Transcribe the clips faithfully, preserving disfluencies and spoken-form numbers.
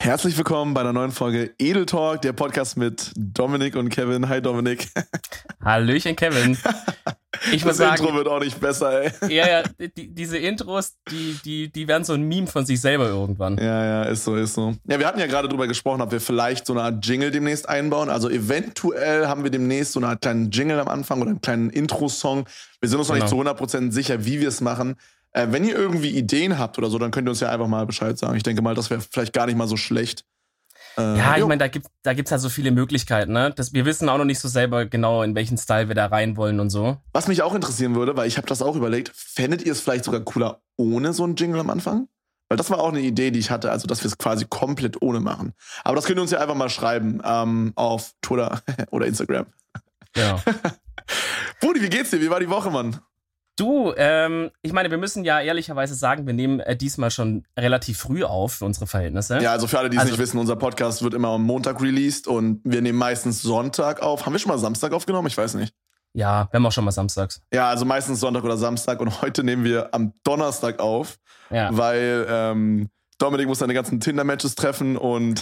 Herzlich willkommen bei einer neuen Folge Edel Talk, der Podcast mit Dominik und Kevin. Hi Dominik. Hallöchen Kevin. Ich muss das sagen, Intro wird auch nicht besser, ey. Ja, ja, die, diese Intros, die, die, die werden so ein Meme von sich selber irgendwann. Ja, ja, ist so, ist so. Ja, wir hatten ja gerade drüber gesprochen, ob wir vielleicht so eine Art Jingle demnächst einbauen. Also eventuell haben wir demnächst so eine Art kleinen Jingle am Anfang oder einen kleinen Intro-Song. Wir sind uns noch Genau. nicht zu hundert Prozent sicher, wie wir es machen. Äh, wenn ihr irgendwie Ideen habt oder so, dann könnt ihr uns ja einfach mal Bescheid sagen. Ich denke mal, das wäre vielleicht gar nicht mal so schlecht. Äh, Ja, ich jo. meine, da gibt da gibt's halt so viele Möglichkeiten, ne? Das, wir wissen auch noch nicht so selber genau, in welchen Style wir da rein wollen und so. Was mich auch interessieren würde, weil ich habe das auch überlegt, fändet ihr es vielleicht sogar cooler ohne so einen Jingle am Anfang? Weil das war auch eine Idee, die ich hatte, also dass wir es quasi komplett ohne machen. Aber das könnt ihr uns ja einfach mal schreiben ähm, auf Twitter oder Instagram. Ja. Brudi, wie geht's dir? Wie war die Woche, Mann? Du, ähm, ich meine, wir müssen ja ehrlicherweise sagen, wir nehmen äh, diesmal schon relativ früh auf für unsere Verhältnisse. Ja, also für alle, die es Also- nicht wissen, unser Podcast wird immer am Montag released und wir nehmen meistens Sonntag auf. Haben wir schon mal Samstag aufgenommen? Ich weiß nicht. Ja, wir haben auch schon mal samstags. Ja, also meistens Sonntag oder Samstag und heute nehmen wir am Donnerstag auf, Ja. weil ähm, Dominik muss seine ganzen Tinder-Matches treffen und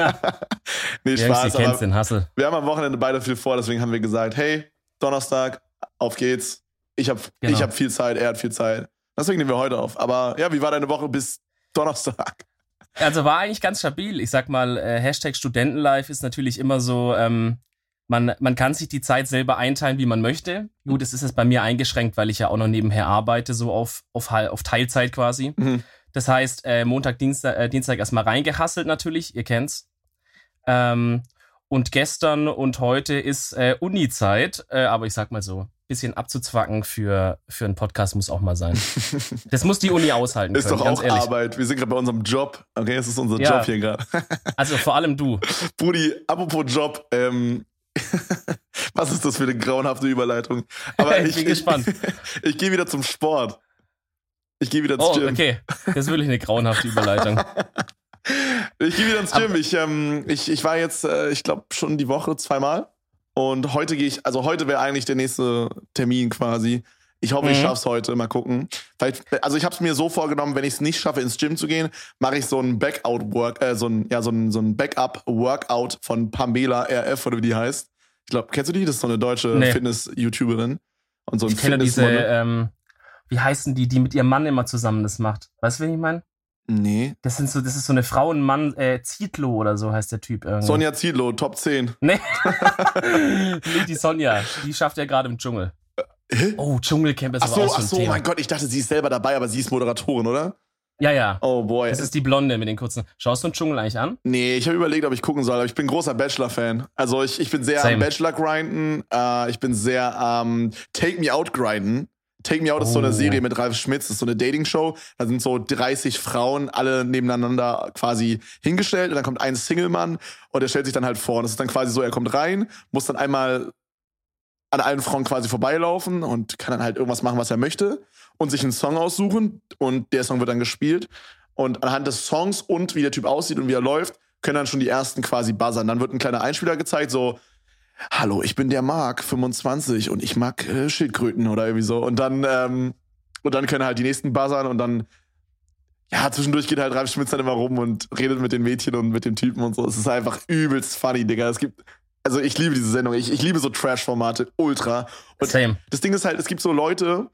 nee, Jungs, Spaß, ihr kennt's, aber den Hassel. wir haben am Wochenende beide viel vor, deswegen haben wir gesagt, hey, Donnerstag, auf geht's. Ich habe Genau. ich hab viel Zeit, er hat viel Zeit. Deswegen nehmen wir heute auf. Aber ja, wie war deine Woche bis Donnerstag? Also war eigentlich ganz stabil. Ich sag mal, äh, Hashtag Studentenlife ist natürlich immer so, ähm, man, man kann sich die Zeit selber einteilen, wie man möchte. Gut, es ist jetzt bei mir eingeschränkt, weil ich ja auch noch nebenher arbeite, so auf, auf, Hal- auf Teilzeit quasi. Mhm. Das heißt, äh, Montag, Dienstag, äh, Dienstag erstmal reingehasselt natürlich, ihr kennt's. Ähm, und gestern und heute ist äh, Uni-Zeit, äh, aber ich sag mal so, bisschen abzuzwacken für, für einen Podcast muss auch mal sein. Das muss die Uni aushalten Ist können, doch ganz auch ehrlich. Arbeit. Wir sind gerade bei unserem Job. Okay, es ist unser Ja. Job hier gerade. Also vor allem du. Brudi, apropos Job, ähm, was ist das für eine grauenhafte Überleitung? Aber Ich ich, bin gespannt. Ich, ich gehe wieder zum Sport. Ich gehe wieder ins Oh, Gym. okay. Das ist wirklich eine grauenhafte Überleitung. Ich gehe wieder ins Gym. Ich, ähm, ich, ich war jetzt, äh, ich glaube, schon die Woche zweimal. Und heute gehe ich, also heute wäre eigentlich der nächste Termin quasi. Ich hoffe, ich Mhm. schaff's heute. Mal gucken. Vielleicht, also ich habe es mir so vorgenommen, wenn ich es nicht schaffe, ins Gym zu gehen, mache ich so ein Backout-Work, äh, so ein, ja, so ein, so ein Backup-Workout von Pamela R F, oder wie die heißt. Ich glaube, kennst du die? Das ist so eine deutsche Nee. Fitness-YouTuberin. Und so ein Ich kenne diese, Fitnessmodel. ähm, wie heißen die, die mit ihrem Mann immer zusammen das macht? Weißt du, wen ich meine? Nee. Das sind so, das ist so eine Frau und Mann, äh, Zietlow oder so heißt der Typ irgendwie. Sonja Zietlow, Top zehn. Nee. Nee, die Sonja. Die schafft ja gerade im Dschungel. Hä? Oh, Dschungelcamp ist Ach aber so, auch so ach ein so, Thema. mein Gott, ich dachte, sie ist selber dabei, aber sie ist Moderatorin, oder? Ja, ja. Oh boy. Das ist die Blonde mit den kurzen. Schaust du den Dschungel eigentlich an? Nee, ich habe überlegt, ob ich gucken soll, aber ich bin großer Bachelor-Fan. Also ich, ich bin sehr Same. am Bachelor-Grinden, äh, ich bin sehr am Take Me Out-Grinden. Take Me Out ist so eine Oh. Serie mit Ralf Schmitz, das ist so eine Dating-Show. Da sind so dreißig Frauen, alle nebeneinander quasi hingestellt und dann kommt ein Single-Mann und der stellt sich dann halt vor. Und das ist dann quasi so, er kommt rein, muss dann einmal an allen Frauen quasi vorbeilaufen und kann dann halt irgendwas machen, was er möchte und sich einen Song aussuchen und der Song wird dann gespielt und anhand des Songs und wie der Typ aussieht und wie er läuft, können dann schon die ersten quasi buzzern. Dann wird ein kleiner Einspieler gezeigt, so hallo, ich bin der Marc, fünfundzwanzig und ich mag äh, Schildkröten oder irgendwie so und dann ähm, und dann können halt die nächsten buzzern und dann ja, zwischendurch geht halt Ralf Schmitz dann immer rum und redet mit den Mädchen und mit den Typen und so. Es ist einfach übelst funny, Digga. Es gibt Also ich liebe diese Sendung. Ich, ich liebe so Trash-Formate ultra. Und Same. das Ding ist halt, es gibt so Leute,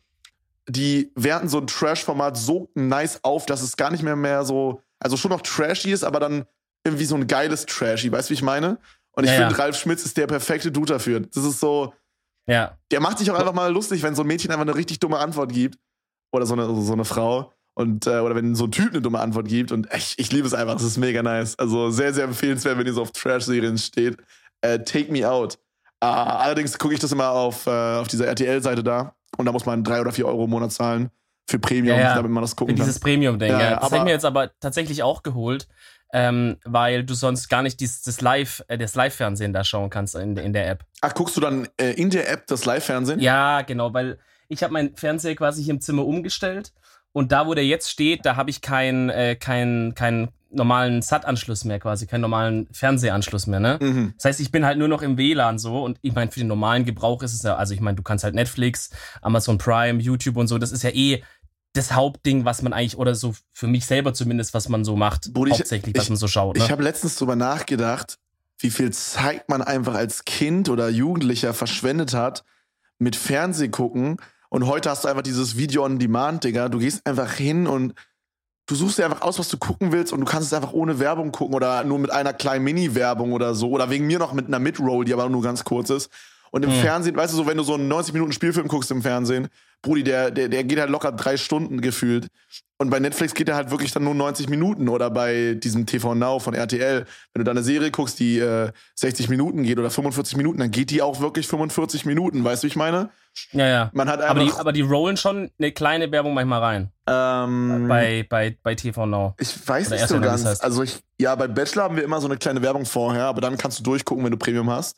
die werten so ein Trash-Format so nice auf, dass es gar nicht mehr mehr so, also schon noch trashy ist, aber dann irgendwie so ein geiles Trashy. Weißt du, wie ich meine? Und ich Ja, finde, ja. Ralf Schmitz ist der perfekte Dude dafür. Das ist so, Ja. der macht sich auch einfach mal lustig, wenn so ein Mädchen einfach eine richtig dumme Antwort gibt. Oder so eine, so eine Frau. Und, äh, oder wenn so ein Typ eine dumme Antwort gibt. Und ich, ich liebe es einfach. Das ist mega nice. Also sehr, sehr empfehlenswert, wenn ihr so auf Trash-Serien steht. Äh, Take Me Out. Äh, allerdings gucke ich das immer auf, äh, auf dieser R T L-Seite da. Und da muss man drei oder vier Euro im Monat zahlen für Premium, Ja, ja. damit man das Für gucken kann. dieses Premium-Ding. Ja, Ja, ja, das habe aber- ich mir jetzt aber tatsächlich auch geholt, ähm, weil du sonst gar nicht dieses, das Live, äh, das Live-Fernsehen da schauen kannst in, in der App. Ach, guckst du dann äh, in der App das Live-Fernsehen? Ja, genau, weil ich habe meinen Fernseher quasi hier im Zimmer umgestellt und da, wo der jetzt steht, da habe ich keinen äh, kein, kein normalen S A T-Anschluss mehr quasi, keinen normalen Fernsehanschluss mehr, ne? Mhm. Das heißt, ich bin halt nur noch im W L A N so und ich meine, für den normalen Gebrauch ist es ja, also ich meine, du kannst halt Netflix, Amazon Prime, YouTube und so, das ist ja eh das Hauptding, was man eigentlich, oder so für mich selber zumindest, was man so macht, Bruder, ich- hauptsächlich, was ich- man so schaut. Ne? Ich habe letztens drüber nachgedacht, wie viel Zeit man einfach als Kind oder Jugendlicher verschwendet hat mit Fernsehgucken. Und heute hast du einfach dieses Video on Demand, Digga. Du gehst einfach hin und du suchst dir einfach aus, was du gucken willst und du kannst es einfach ohne Werbung gucken oder nur mit einer kleinen Mini-Werbung oder so. Oder wegen mir noch mit einer Mid-Roll, die aber nur ganz kurz ist. Und im Hm. Fernsehen, weißt du, so wenn du so einen neunzig Minuten Spielfilm guckst im Fernsehen, Brudi, der, der, der geht halt locker drei Stunden gefühlt. Und bei Netflix geht der halt wirklich dann nur neunzig Minuten oder bei diesem T V Now von R T L. Wenn du da eine Serie guckst, die äh, sechzig Minuten geht oder fünfundvierzig Minuten, dann geht die auch wirklich fünfundvierzig Minuten. Weißt du, wie ich meine? Ja, ja. Man hat Aber die, einfach, aber die rollen schon eine kleine Werbung manchmal rein. ähm, Bei, bei, bei T V Now. ich weiß oder nicht so R T L, wie ganz. das heißt. Also ich, ja, bei Bachelor haben wir immer so eine kleine Werbung vorher, aber dann kannst du durchgucken, wenn du Premium hast.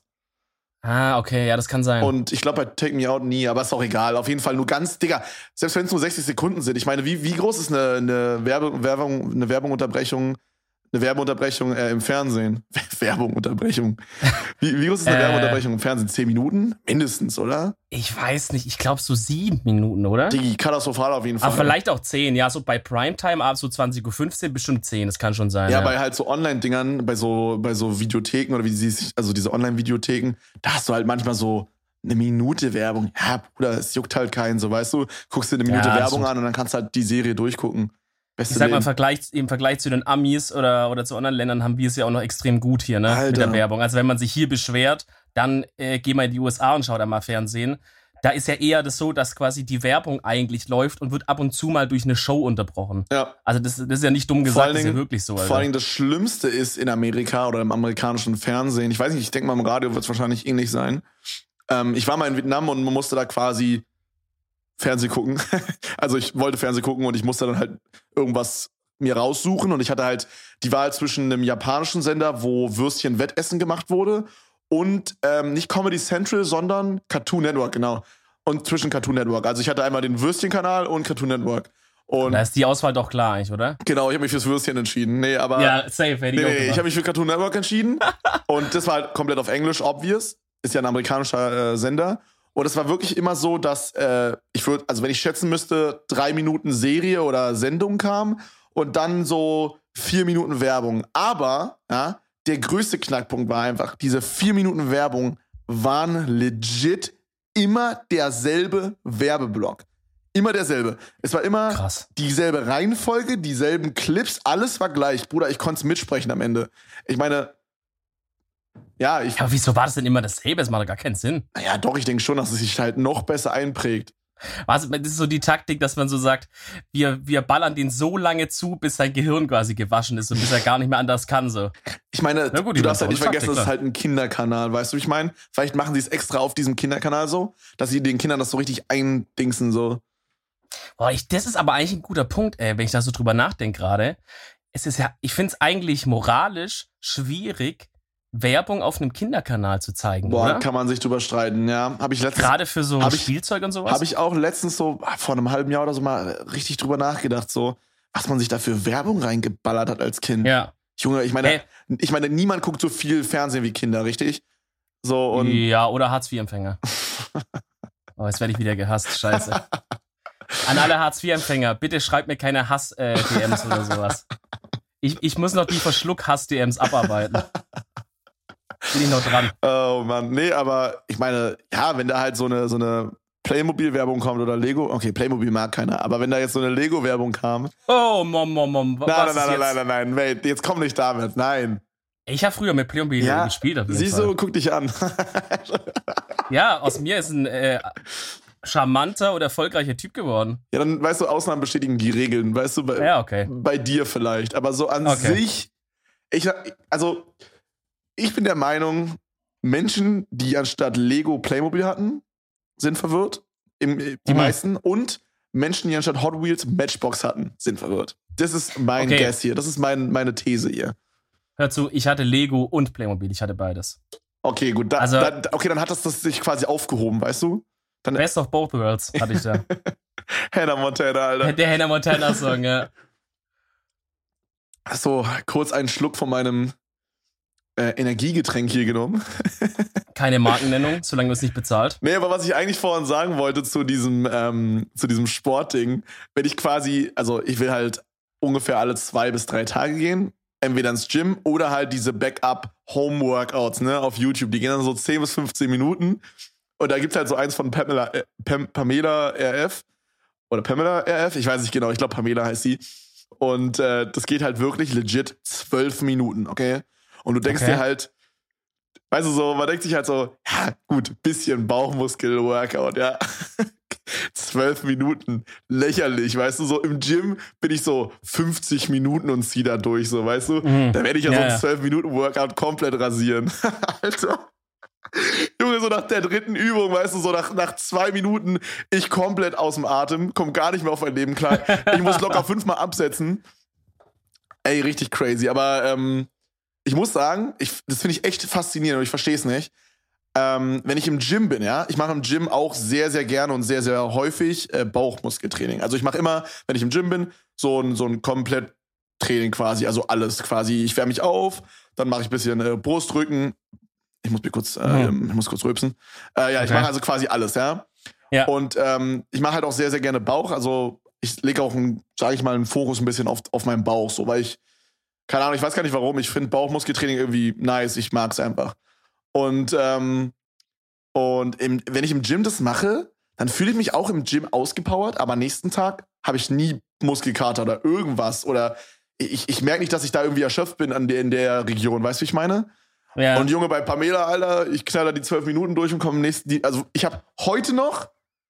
Ah, okay, ja, das kann sein. Und ich glaube bei Take Me Out nie, aber ist auch egal. Auf jeden Fall nur ganz, Digga, selbst wenn es nur sechzig Sekunden sind. Ich meine, wie, wie groß ist eine, eine Werbe, Werbung, eine Werbeunterbrechung, eine Werbeunterbrechung äh, im Fernsehen? Werbungunterbrechung. Wie, wie groß ist eine Äh. Werbeunterbrechung im Fernsehen? Zehn Minuten? Mindestens, oder? Ich weiß nicht, ich glaube so sieben Minuten, oder? Digi, katastrophal auf jeden Fall. Aber vielleicht auch zehn, ja, so bei Primetime, ab so zwanzig Uhr fünfzehn, bestimmt zehn, das kann schon sein. Ja, Ja, bei halt so Online-Dingern, bei so, bei so Videotheken oder wie sie sich, also diese Online-Videotheken, da hast du halt manchmal so eine Minute Werbung. Ja, Bruder, es juckt halt keinen, so weißt du, guckst dir eine Minute Ja, das Werbung stimmt. an und dann kannst du halt die Serie durchgucken. Beste Ich sag mal, im Leben. Vergleich, im Vergleich zu den Amis oder, oder zu anderen Ländern haben wir es ja auch noch extrem gut hier, ne? Alter. Mit der Werbung. Also wenn man sich hier beschwert, dann äh, geh mal in die U S A und schau da mal Fernsehen. Da ist ja eher das so, dass quasi die Werbung eigentlich läuft und wird ab und zu mal durch eine Show unterbrochen. Ja. Also das, das ist ja nicht dumm Vor gesagt, allen das ist ja Dingen- wirklich so. Vor Alter. allen Dingen das Schlimmste ist in Amerika oder im amerikanischen Fernsehen, ich weiß nicht, ich denke mal im Radio wird es wahrscheinlich ähnlich sein. Ähm, ich war mal in Vietnam und man musste da quasi Fernsehen gucken. Also ich wollte Fernsehen gucken und ich musste dann halt irgendwas mir raussuchen und ich hatte halt die Wahl zwischen einem japanischen Sender, wo Würstchen-Wettessen gemacht wurde und ähm, nicht Comedy Central, sondern Cartoon Network, genau. Und zwischen Cartoon Network. Also ich hatte einmal den Würstchen-Kanal und Cartoon Network. Und Da ist die Auswahl doch klar eigentlich, oder? genau, ich habe mich fürs Würstchen entschieden. Nee, aber Ja, safe, hätte ich nee, auch nee, ich gemacht. habe mich für Cartoon Network entschieden. Und das war halt komplett auf Englisch, obvious. Ist ja ein amerikanischer äh, Sender. Und es war wirklich immer so, dass äh, ich würde, also wenn ich schätzen müsste, drei Minuten Serie oder Sendung kam und dann so vier Minuten Werbung. Aber, ja, der größte Knackpunkt war einfach, diese vier Minuten Werbung waren legit immer derselbe Werbeblock. Immer derselbe. Es war immer Krass. dieselbe Reihenfolge, dieselben Clips, alles war gleich. Bruder, ich konnte es mitsprechen am Ende. Ich meine, ja, ich, Ja, aber wieso war das denn immer dasselbe? Das macht doch gar keinen Sinn. naja, doch, ich denke schon, dass es sich halt noch besser einprägt. Was, das ist so die Taktik, dass man so sagt, wir, wir ballern den so lange zu, bis sein Gehirn quasi gewaschen ist und bis er gar nicht mehr anders kann. So. Ich meine, Na gut, du die darfst machen halt nicht auch eine vergessen, Taktik, das ist halt ein Kinderkanal, weißt du, wie ich meine? Vielleicht machen sie es extra auf diesem Kinderkanal so, dass sie den Kindern das so richtig eindingsen, so. Boah, ich, das ist aber eigentlich ein guter Punkt, ey, wenn ich da so drüber nachdenke gerade. Es ist ja, ich finde es eigentlich moralisch schwierig, Werbung auf einem Kinderkanal zu zeigen, Boah, oder? kann man sich drüber streiten, ja. Habe ich letztens, Gerade für so hab ich- Spielzeug und sowas? habe ich auch letztens so, ah, vor einem halben Jahr oder so mal richtig drüber nachgedacht, so, was man sich da für Werbung reingeballert hat als Kind. Ja. Junge, ich meine, Hey. ich meine, niemand guckt so viel Fernsehen wie Kinder, richtig? So, und Ja, oder Hartz-vier-Empfänger. Oh, jetzt werde ich wieder gehasst, scheiße. An alle Hartz-vier-Empfänger, bitte schreibt mir keine Hass-D Ms oder sowas. Ich, ich muss noch die Verschluck-Hass-D Ms abarbeiten. Bin ich noch dran. oh Mann, nee, aber ich meine, ja, wenn da halt so eine, so eine Playmobil-Werbung kommt oder Lego, okay, Playmobil mag keiner, aber wenn da jetzt so eine Lego-Werbung kam, Oh, Mom, Mom, Mom. Was nein, nein, ist nein, jetzt? nein, nein, nein, wait, jetzt komm nicht damit, nein. Ich habe früher mit Playmobil Ja, gespielt. Auf jeden siehst Fall. du, guck dich an. Ja, aus mir ist ein äh, charmanter und erfolgreicher Typ geworden. Ja, dann weißt du, Ausnahmen bestätigen die Regeln, weißt du, bei, Ja, okay. bei dir vielleicht, aber so an Okay. sich, ich, also, ich bin der Meinung, Menschen, die anstatt Lego Playmobil hatten, sind verwirrt, Im, die Mhm. meisten, und Menschen, die anstatt Hot Wheels Matchbox hatten, sind verwirrt. Das ist mein Okay. Guess hier, das ist mein, meine These hier. Hör zu, ich hatte Lego und Playmobil. Ich hatte beides. Okay, gut, da, Also- da, okay, dann hat das, das sich quasi aufgehoben, weißt du? Dann Best of both worlds hatte ich da. Hannah Montana, Alter. Der Hannah Montana-Song, ja. So, kurz einen Schluck von meinem äh, Energiegetränk hier genommen. Keine Markennennung, solange du es nicht bezahlt. Nee, aber was ich eigentlich vorhin sagen wollte zu diesem, ähm, zu diesem Sportding, wenn ich quasi, also ich will halt ungefähr alle zwei bis drei Tage gehen, entweder ins Gym oder halt diese Backup-Home-Workouts, ne, auf YouTube. Die gehen dann so zehn bis fünfzehn Minuten. Und da gibt's halt so eins von Pamela, äh, Pam, Pamela R F. Oder Pamela R F, ich weiß nicht genau, ich glaube Pamela heißt sie. Und äh, das geht halt wirklich legit zwölf Minuten, okay? Und du denkst Okay. dir halt, weißt du so, man denkt sich halt so, ja gut, bisschen Bauchmuskel-Workout, ja. Zwölf Minuten, lächerlich, weißt du, so im Gym bin ich so fünfzig Minuten und zieh da durch, so, weißt du. Mhm. Da werde ich ja, Ja, so ja. ein zwölf Minuten Workout komplett rasieren. Alter. Junge, so nach der dritten Übung, weißt du, so nach, nach zwei Minuten, ich komplett aus dem Atem, komm gar nicht mehr auf mein Leben klar. Ich muss locker fünfmal absetzen. Ey, richtig crazy. Aber ähm, ich muss sagen, ich, das finde ich echt faszinierend und ich verstehe es nicht. Ähm, wenn ich im Gym bin, ja, ich mache im Gym auch sehr, sehr gerne und sehr, sehr häufig äh, Bauchmuskeltraining. Also ich mache immer, wenn ich im Gym bin, so ein, so ein komplett Training quasi, also alles quasi. Ich wärme mich auf, dann mache ich ein bisschen äh, Brustrücken. Ich muss mir kurz, äh, Mhm. ich muss kurz rülpsen. Äh, ja, ich Okay. mache also quasi alles, ja. Ja. Und ähm, ich mache halt auch sehr, sehr gerne Bauch. Also ich lege auch, sage ich mal, einen Fokus ein bisschen auf, auf meinen Bauch, so, weil ich, keine Ahnung, ich weiß gar nicht warum, ich finde Bauchmuskeltraining irgendwie nice, ich mag's einfach. Und, ähm, und im, wenn ich im Gym das mache, dann fühle ich mich auch im Gym ausgepowert, aber nächsten Tag habe ich nie Muskelkater oder irgendwas. Oder ich, ich merke nicht, dass ich da irgendwie erschöpft bin an der, in der Region, weißt du, wie ich meine? Ja. Und Junge, bei Pamela, Alter, ich knall da die zwölf Minuten durch und komme im nächsten. Die, also, ich habe heute noch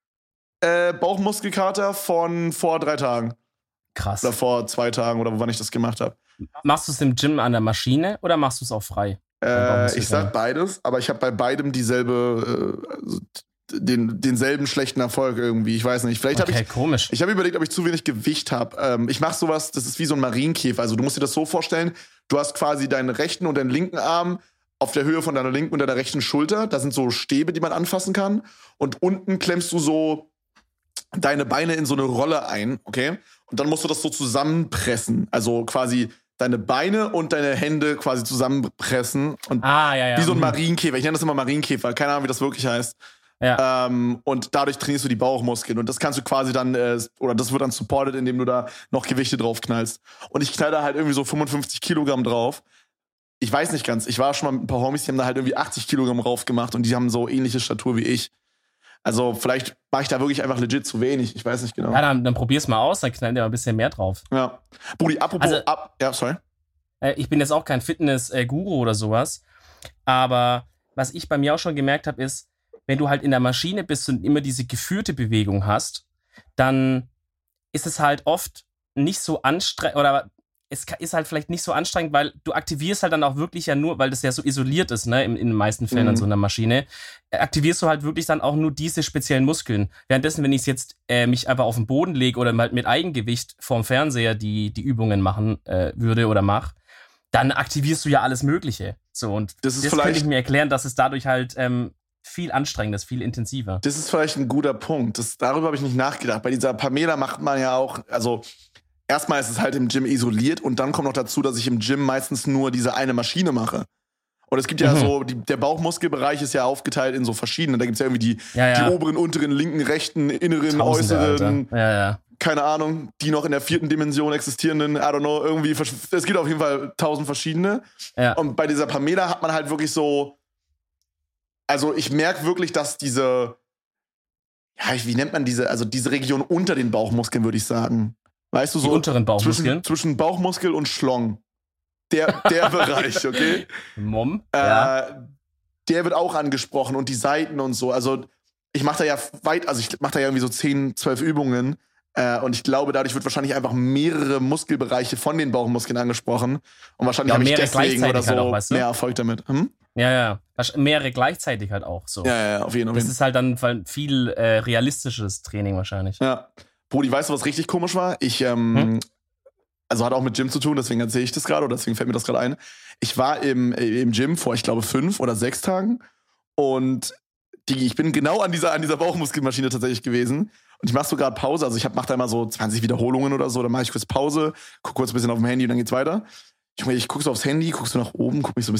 äh, Bauchmuskelkater von vor drei Tagen. Krass. Oder vor zwei Tagen oder wann ich das gemacht habe. Machst du es im Gym an der Maschine oder machst du es auch frei? Äh, ich sag beides, aber ich habe bei beidem dieselbe, äh, also den, denselben schlechten Erfolg irgendwie. Ich weiß nicht. Vielleicht habe Okay, ich. komisch. Ich habe überlegt, ob ich zu wenig Gewicht habe. Ähm, ich mache sowas, das ist wie so ein Marienkäfer. Also, du musst dir das so vorstellen: Du hast quasi deinen rechten und deinen linken Arm auf der Höhe von deiner linken und deiner rechten Schulter. Da sind so Stäbe, die man anfassen kann. Und unten klemmst du so deine Beine in so eine Rolle ein, okay? Und dann musst du das so zusammenpressen. Also quasi deine Beine und deine Hände quasi zusammenpressen. Und Ah, ja, ja. wie so ein Mhm. Marienkäfer. Ich nenne das immer Marienkäfer. Keine Ahnung, wie das wirklich heißt. Ja. Ähm, und dadurch trainierst du die Bauchmuskeln. Und das kannst du quasi dann, äh, oder das wird dann supported, indem du da noch Gewichte drauf knallst. Und ich knall da halt irgendwie so fünfundfünfzig Kilogramm drauf. Ich weiß nicht ganz. Ich war schon mal mit ein paar Homies, die haben da halt irgendwie achtzig Kilogramm drauf gemacht und die haben so ähnliche Statur wie ich. Also vielleicht mache ich da wirklich einfach legit zu wenig. Ich weiß nicht genau. Ja, dann, dann probier's mal aus, dann knallt dir mal ein bisschen mehr drauf. Ja. Brudi, apropos Also- ab. Ja, sorry. Äh, Ich bin jetzt auch kein Fitness-Guru oder sowas, aber was ich bei mir auch schon gemerkt habe, ist, wenn du halt in der Maschine bist und immer diese geführte Bewegung hast, dann ist es halt oft nicht so anstrengend, oder es ka- ist halt vielleicht nicht so anstrengend, weil du aktivierst halt dann auch wirklich ja nur, weil das ja so isoliert ist, ne, in, in den meisten Fällen Mhm. an so einer Maschine, äh, aktivierst du halt wirklich dann auch nur diese speziellen Muskeln. Währenddessen, wenn ich jetzt äh, mich einfach auf den Boden lege oder halt mit Eigengewicht vorm Fernseher die, die Übungen machen äh, würde oder mach, dann aktivierst du ja alles Mögliche. So, und Das ist das könnte vielleicht- ich mir erklären, dass es dadurch halt ähm, viel anstrengender ist, viel intensiver. Das ist vielleicht ein guter Punkt. Das, darüber habe ich nicht nachgedacht. Bei dieser Pamela macht man ja auch, also erstmal ist es halt im Gym isoliert und dann kommt noch dazu, dass ich im Gym meistens nur diese eine Maschine mache. Und es gibt ja Mhm. so, die, der Bauchmuskelbereich ist ja aufgeteilt in so verschiedene. Da gibt es ja irgendwie die, Ja, ja. die oberen, unteren, linken, rechten, inneren, Tausende, äußeren, Alter. Ja, ja. keine Ahnung, die noch in der vierten Dimension existierenden, I don't know, irgendwie, versch- es gibt auf jeden Fall tausend verschiedene. Ja. Und bei dieser Pamela hat man halt wirklich so, also ich merke wirklich, dass diese, ja, wie nennt man diese, also diese Region unter den Bauchmuskeln, würde ich sagen. Weißt du, Die so unteren Bauchmuskeln. zwischen, zwischen Bauchmuskel und Schlong. Der, der Bereich, okay? Mom. Ja. Äh, der wird auch angesprochen und die Seiten und so. Also ich mache da ja weit, also ich mache da ja irgendwie so zehn, zwölf Übungen. Äh, und ich glaube, dadurch wird wahrscheinlich einfach mehrere Muskelbereiche von den Bauchmuskeln angesprochen. Und wahrscheinlich Ja, habe ich mehrere deswegen oder gleichzeitig so halt auch, weißt du? mehr Erfolg damit. Hm? Ja, ja. Wasch- Mehrere gleichzeitig halt auch so. Ja, ja, ja, auf jeden Fall. Das ist halt dann ein viel äh, realistisches Training wahrscheinlich. Ja. Brudi, weißt du, was richtig komisch war? Ich, ähm, Hm? also hat auch mit Gym zu tun, deswegen erzähle ich das gerade oder deswegen fällt mir das gerade ein. Ich war im, äh, im Gym vor, ich glaube, fünf oder sechs Tagen und die, ich bin genau an dieser, an dieser Bauchmuskelmaschine tatsächlich gewesen und ich mache so gerade Pause, also ich hab, mach da immer so zwanzig Wiederholungen oder so, dann mache ich kurz Pause, guck kurz ein bisschen auf dem Handy und dann geht's weiter. Ich, ich guck so aufs Handy, guck so nach oben, guck mich so ein bisschen um.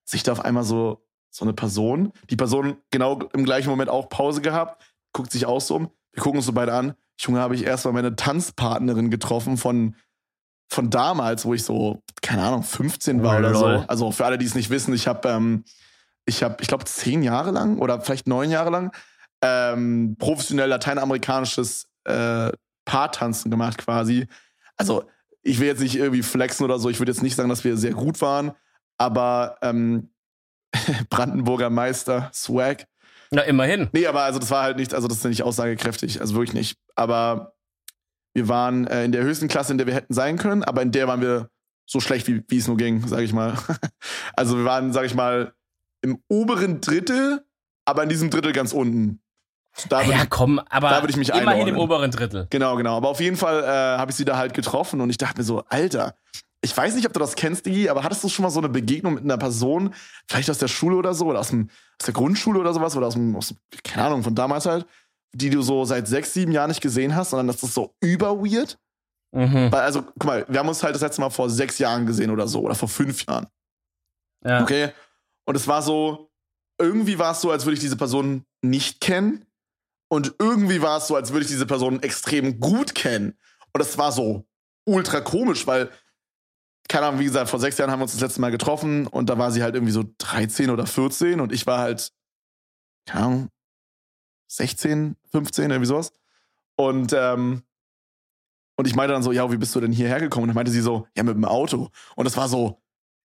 sich da auf einmal so, so eine Person, die Person genau im gleichen Moment auch Pause gehabt, guckt sich auch so um, wir gucken uns so beide an. Junge, habe ich erstmal meine Tanzpartnerin getroffen von, von damals, wo ich so, keine Ahnung, fünfzehn war Oh, oder lol. so. Also für alle, die es nicht wissen, ich habe, ähm, ich habe, ich glaube, zehn Jahre lang oder vielleicht neun Jahre lang ähm, professionell lateinamerikanisches äh, Paartanzen gemacht quasi. Also ich will jetzt nicht irgendwie flexen oder so, ich würde jetzt nicht sagen, dass wir sehr gut waren, aber ähm, Brandenburger Meister, Swag. Na, immerhin. Nee, aber also das war halt nicht, also das ist nicht aussagekräftig, also wirklich nicht. Aber wir waren äh, in der höchsten Klasse, in der wir hätten sein können, aber in der waren wir so schlecht, wie, wie es nur ging, sag ich mal. Also wir waren, sag ich mal, im oberen Drittel, aber in diesem Drittel ganz unten. Da Ja, ich, komm, aber da würde ich mich immerhin einordnen. im oberen Drittel. Genau, genau. Aber auf jeden Fall äh, habe ich sie da halt getroffen und ich dachte mir so, Alter, ich weiß nicht, ob du das kennst, Digi, aber hattest du schon mal so eine Begegnung mit einer Person, vielleicht aus der Schule oder so, oder aus, dem, aus der Grundschule oder sowas, oder aus dem, aus, keine Ahnung, von damals halt, die du so seit sechs, sieben Jahren nicht gesehen hast, sondern das ist so überweird? Mhm. Weil, also, guck mal, wir haben uns halt das letzte Mal vor sechs Jahren gesehen oder so, oder vor fünf Jahren. Ja. Okay? Und es war so, irgendwie war es so, als würde ich diese Person nicht kennen. Und irgendwie war es so, als würde ich diese Person extrem gut kennen. Und das war so ultra komisch, weil, keine Ahnung, wie gesagt, vor sechs Jahren haben wir uns das letzte Mal getroffen und da war sie halt irgendwie so dreizehn oder vierzehn und ich war halt, keine Ahnung, sechzehn, fünfzehn, irgendwie sowas. Und, ähm, und ich meinte dann so, ja, wie bist du denn hierher gekommen? Und dann meinte sie so, ja, mit dem Auto. Und das war so,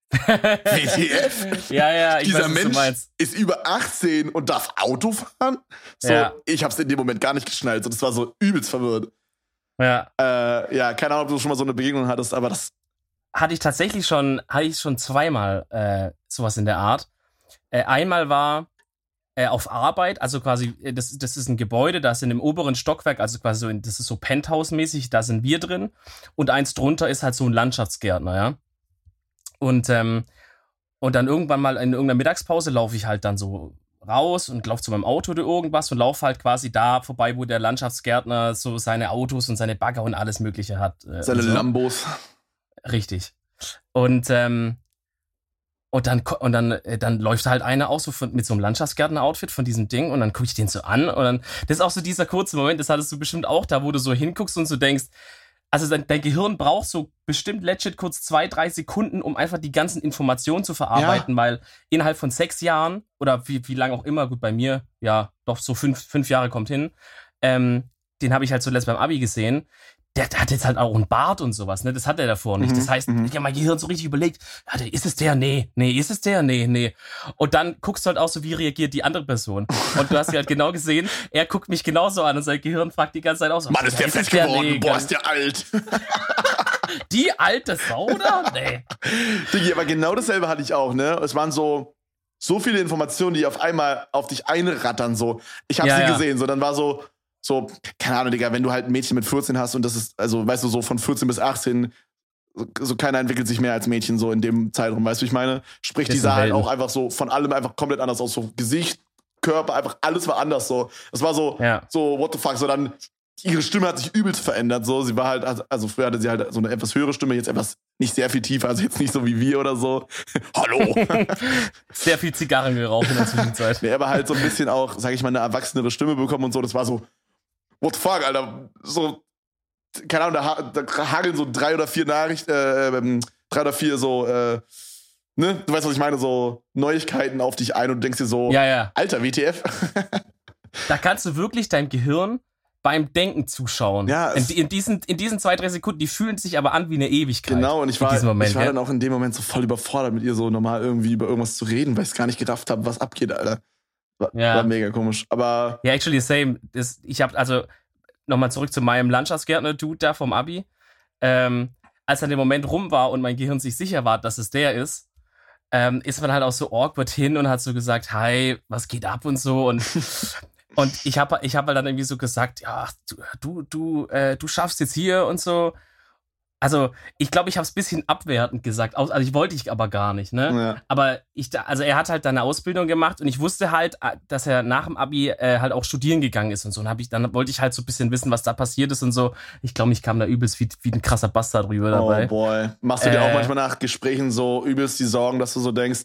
W T F? Ja, ja, ich Dieser weiß, was du Mensch meinst. ist über achtzehn und darf Auto fahren? So, Ja. ich hab's in dem Moment gar nicht geschnallt. So, das war so übelst verwirrt. Ja. Äh, ja, keine Ahnung, ob du schon mal so eine Begegnung hattest, aber das. Hatte ich tatsächlich schon, hatte ich schon zweimal äh, sowas in der Art. Äh, einmal war äh, auf Arbeit, also quasi, äh, das, das ist ein Gebäude, da ist in dem oberen Stockwerk, also quasi so, in, das ist so Penthouse-mäßig, da sind wir drin und eins drunter ist halt so ein Landschaftsgärtner, ja. Und, ähm, und dann irgendwann mal in irgendeiner Mittagspause laufe ich halt dann so raus und laufe zu meinem Auto oder irgendwas und laufe halt quasi da vorbei, wo der Landschaftsgärtner so seine Autos und seine Bagger und alles Mögliche hat. Äh, Seine und so. Lambos. Richtig. Und, ähm, und dann, und dann, äh, dann läuft halt einer auch so von, mit so einem Landschaftsgärtner-Outfit von diesem Ding und dann gucke ich den so an und dann, das ist auch so dieser kurze Moment, das hattest du bestimmt auch da, wo du so hinguckst und so denkst, also dein, dein Gehirn braucht so bestimmt legit kurz zwei, drei Sekunden, um einfach die ganzen Informationen zu verarbeiten, ja. Weil innerhalb von sechs Jahren oder wie, wie lange auch immer, gut bei mir, ja, doch so fünf, fünf Jahre kommt hin, ähm, den habe ich halt zuletzt beim Abi gesehen. Der, der hat jetzt halt auch einen Bart und sowas, ne? Das hat er davor nicht. Mhm, das heißt, mhm. ich habe mein Gehirn so richtig überlegt, ja, ist es der? Nee, nee, ist es der? Nee, nee. Und dann guckst du halt auch so, wie reagiert die andere Person. Und du hast ja halt genau gesehen, er guckt mich genauso an und sein Gehirn fragt die ganze Zeit auch so. Mann, ist der fett geworden, nee, boah, ist der alt. Die alte Sau, oder? Nee. Digi, aber genau dasselbe hatte ich auch, ne? Es waren so, so viele Informationen, die auf einmal auf dich einrattern, so. Ich habe ja, sie ja. gesehen, so, dann war so, so, keine Ahnung, Digga, wenn du halt ein Mädchen mit vierzehn hast und das ist, also, weißt du, so von vierzehn bis achtzehn, so, so keiner entwickelt sich mehr als Mädchen so in dem Zeitraum, weißt du, wie ich meine? Sprich, die sah halt auch einfach so von allem einfach komplett anders aus, so Gesicht, Körper, einfach alles war anders, so. Es war so, ja. so, what the fuck, so dann, ihre Stimme hat sich übelst verändert, so, sie war halt, also früher hatte sie halt so eine etwas höhere Stimme, jetzt etwas nicht sehr viel tiefer, also jetzt nicht so wie wir oder so. Hallo! Sehr viel Zigarren geraucht in der Zwischenzeit. Nee, aber halt so ein bisschen auch, sag ich mal, eine erwachsenere Stimme bekommen und so, das war so, what the fuck, Alter, so, keine Ahnung, da, da hageln so drei oder vier Nachrichten, äh, drei oder vier so, äh, ne, du weißt, was ich meine, so Neuigkeiten auf dich ein und du denkst dir so, ja, ja. Alter, W T F. Da kannst du wirklich deinem Gehirn beim Denken zuschauen. Ja, in, in, diesen, in diesen zwei, drei Sekunden, die fühlen sich aber an wie eine Ewigkeit. Genau, und ich war, Moment, ich war ja? dann auch in dem Moment so voll überfordert, mit ihr so normal irgendwie über irgendwas zu reden, weil ich es gar nicht gerafft habe, was abgeht, Alter. War, ja. war mega komisch, aber... Ja, actually same. Das, ich hab, also, nochmal zurück zu meinem Landschaftsgärtner-Dude da vom Abi. Ähm, als dann der Moment rum war und mein Gehirn sich sicher war, dass es der ist, ähm, ist man halt auch so awkward hin und hat so gesagt, hi, was geht ab und so und... Und ich habe ich hab halt dann irgendwie so gesagt, ja, du, du, du, äh, du schaffst jetzt hier und so. Also, ich glaube, ich habe es ein bisschen abwertend gesagt. Also, ich wollte ich aber gar nicht, ne? Ja. Aber ich, also er hat halt da eine Ausbildung gemacht und ich wusste halt, dass er nach dem Abi äh, halt auch studieren gegangen ist und so. Und hab ich, dann wollte ich halt so ein bisschen wissen, was da passiert ist und so. Ich glaube, ich kam da übelst wie, wie ein krasser Bastard rüber dabei. Oh boy. Machst du dir äh, auch manchmal nach Gesprächen so übelst die Sorgen, dass du so denkst,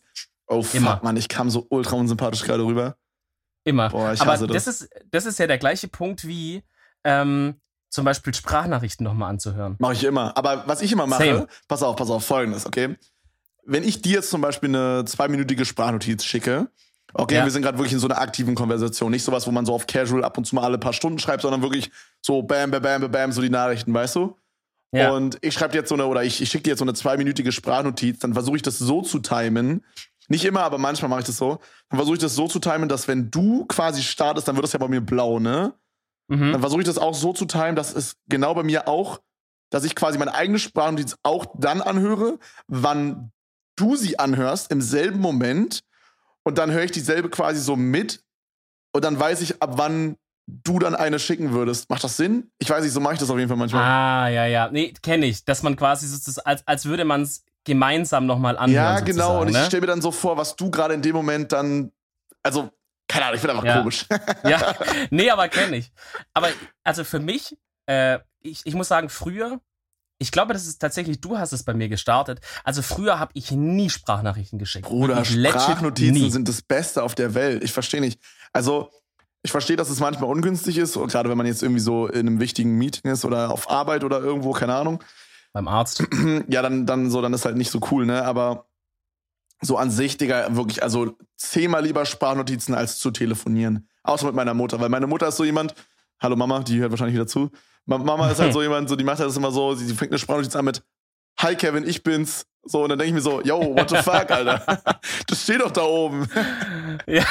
Oh fuck, Immer. Mann, ich kam so ultra unsympathisch gerade rüber. Immer. Boah, ich Aber hasse das. das ist, das ist ja der gleiche Punkt wie ähm, zum Beispiel Sprachnachrichten nochmal anzuhören. Mache ich immer. Aber was ich immer mache, Same. pass auf, pass auf, folgendes, okay? Wenn ich dir jetzt zum Beispiel eine zweiminütige Sprachnotiz schicke, okay, Ja. wir sind gerade wirklich in so einer aktiven Konversation, nicht sowas, wo man so auf Casual ab und zu mal alle paar Stunden schreibt, sondern wirklich so bam, bam, bam, bam, bam, so die Nachrichten, weißt du? Ja. Und ich schreibe dir jetzt so eine, oder ich, ich schicke dir jetzt so eine zweiminütige Sprachnotiz, dann versuche ich das so zu timen, nicht immer, aber manchmal mache ich das so, dann versuche ich das so zu timen, dass wenn du quasi startest, dann wird das ja bei mir blau, ne? Mhm. Dann versuche ich das auch so zu timen, dass es genau bei mir auch, dass ich quasi meine eigene Sprachnotiz auch dann anhöre, wann du sie anhörst, im selben Moment. Und dann höre ich dieselbe quasi so mit. Und dann weiß ich, ab wann du dann eine schicken würdest. Macht das Sinn? Ich weiß nicht, so mache ich das auf jeden Fall manchmal. Ah, ja, ja. Nee, kenne ich. Dass man quasi so, das, als, als würde man es gemeinsam nochmal anhören. ja, genau. Und ich ne? stelle mir dann so vor, was du gerade in dem Moment dann, also, keine Ahnung, ich bin einfach Ja. komisch. Ja, nee, aber kenne ich. Aber also für mich, äh, ich, ich muss sagen, früher, ich glaube, das ist tatsächlich, du hast es bei mir gestartet. Also früher habe ich nie Sprachnachrichten geschickt. Bruder, Wirklich legit Sprachnotizen nie. sind das Beste auf der Welt. Ich verstehe nicht. Also, ich verstehe, dass es manchmal ungünstig ist, und gerade wenn man jetzt irgendwie so in einem wichtigen Meeting ist oder auf Arbeit oder irgendwo, keine Ahnung. Beim Arzt. Ja, dann, dann so, dann ist halt nicht so cool, ne? Aber so an sich, Digga, wirklich, also zehnmal lieber Sprachnotizen als zu telefonieren. Außer mit meiner Mutter, weil meine Mutter ist so jemand, hallo Mama, die hört wahrscheinlich wieder zu. Ma- Mama ist halt so jemand, so, die macht halt das immer so, sie, sie fängt eine Sprachnotiz an mit Hi Kevin, ich bin's. So, und dann denke ich mir so, yo, what the fuck, Alter? Das steht doch da oben. Ja,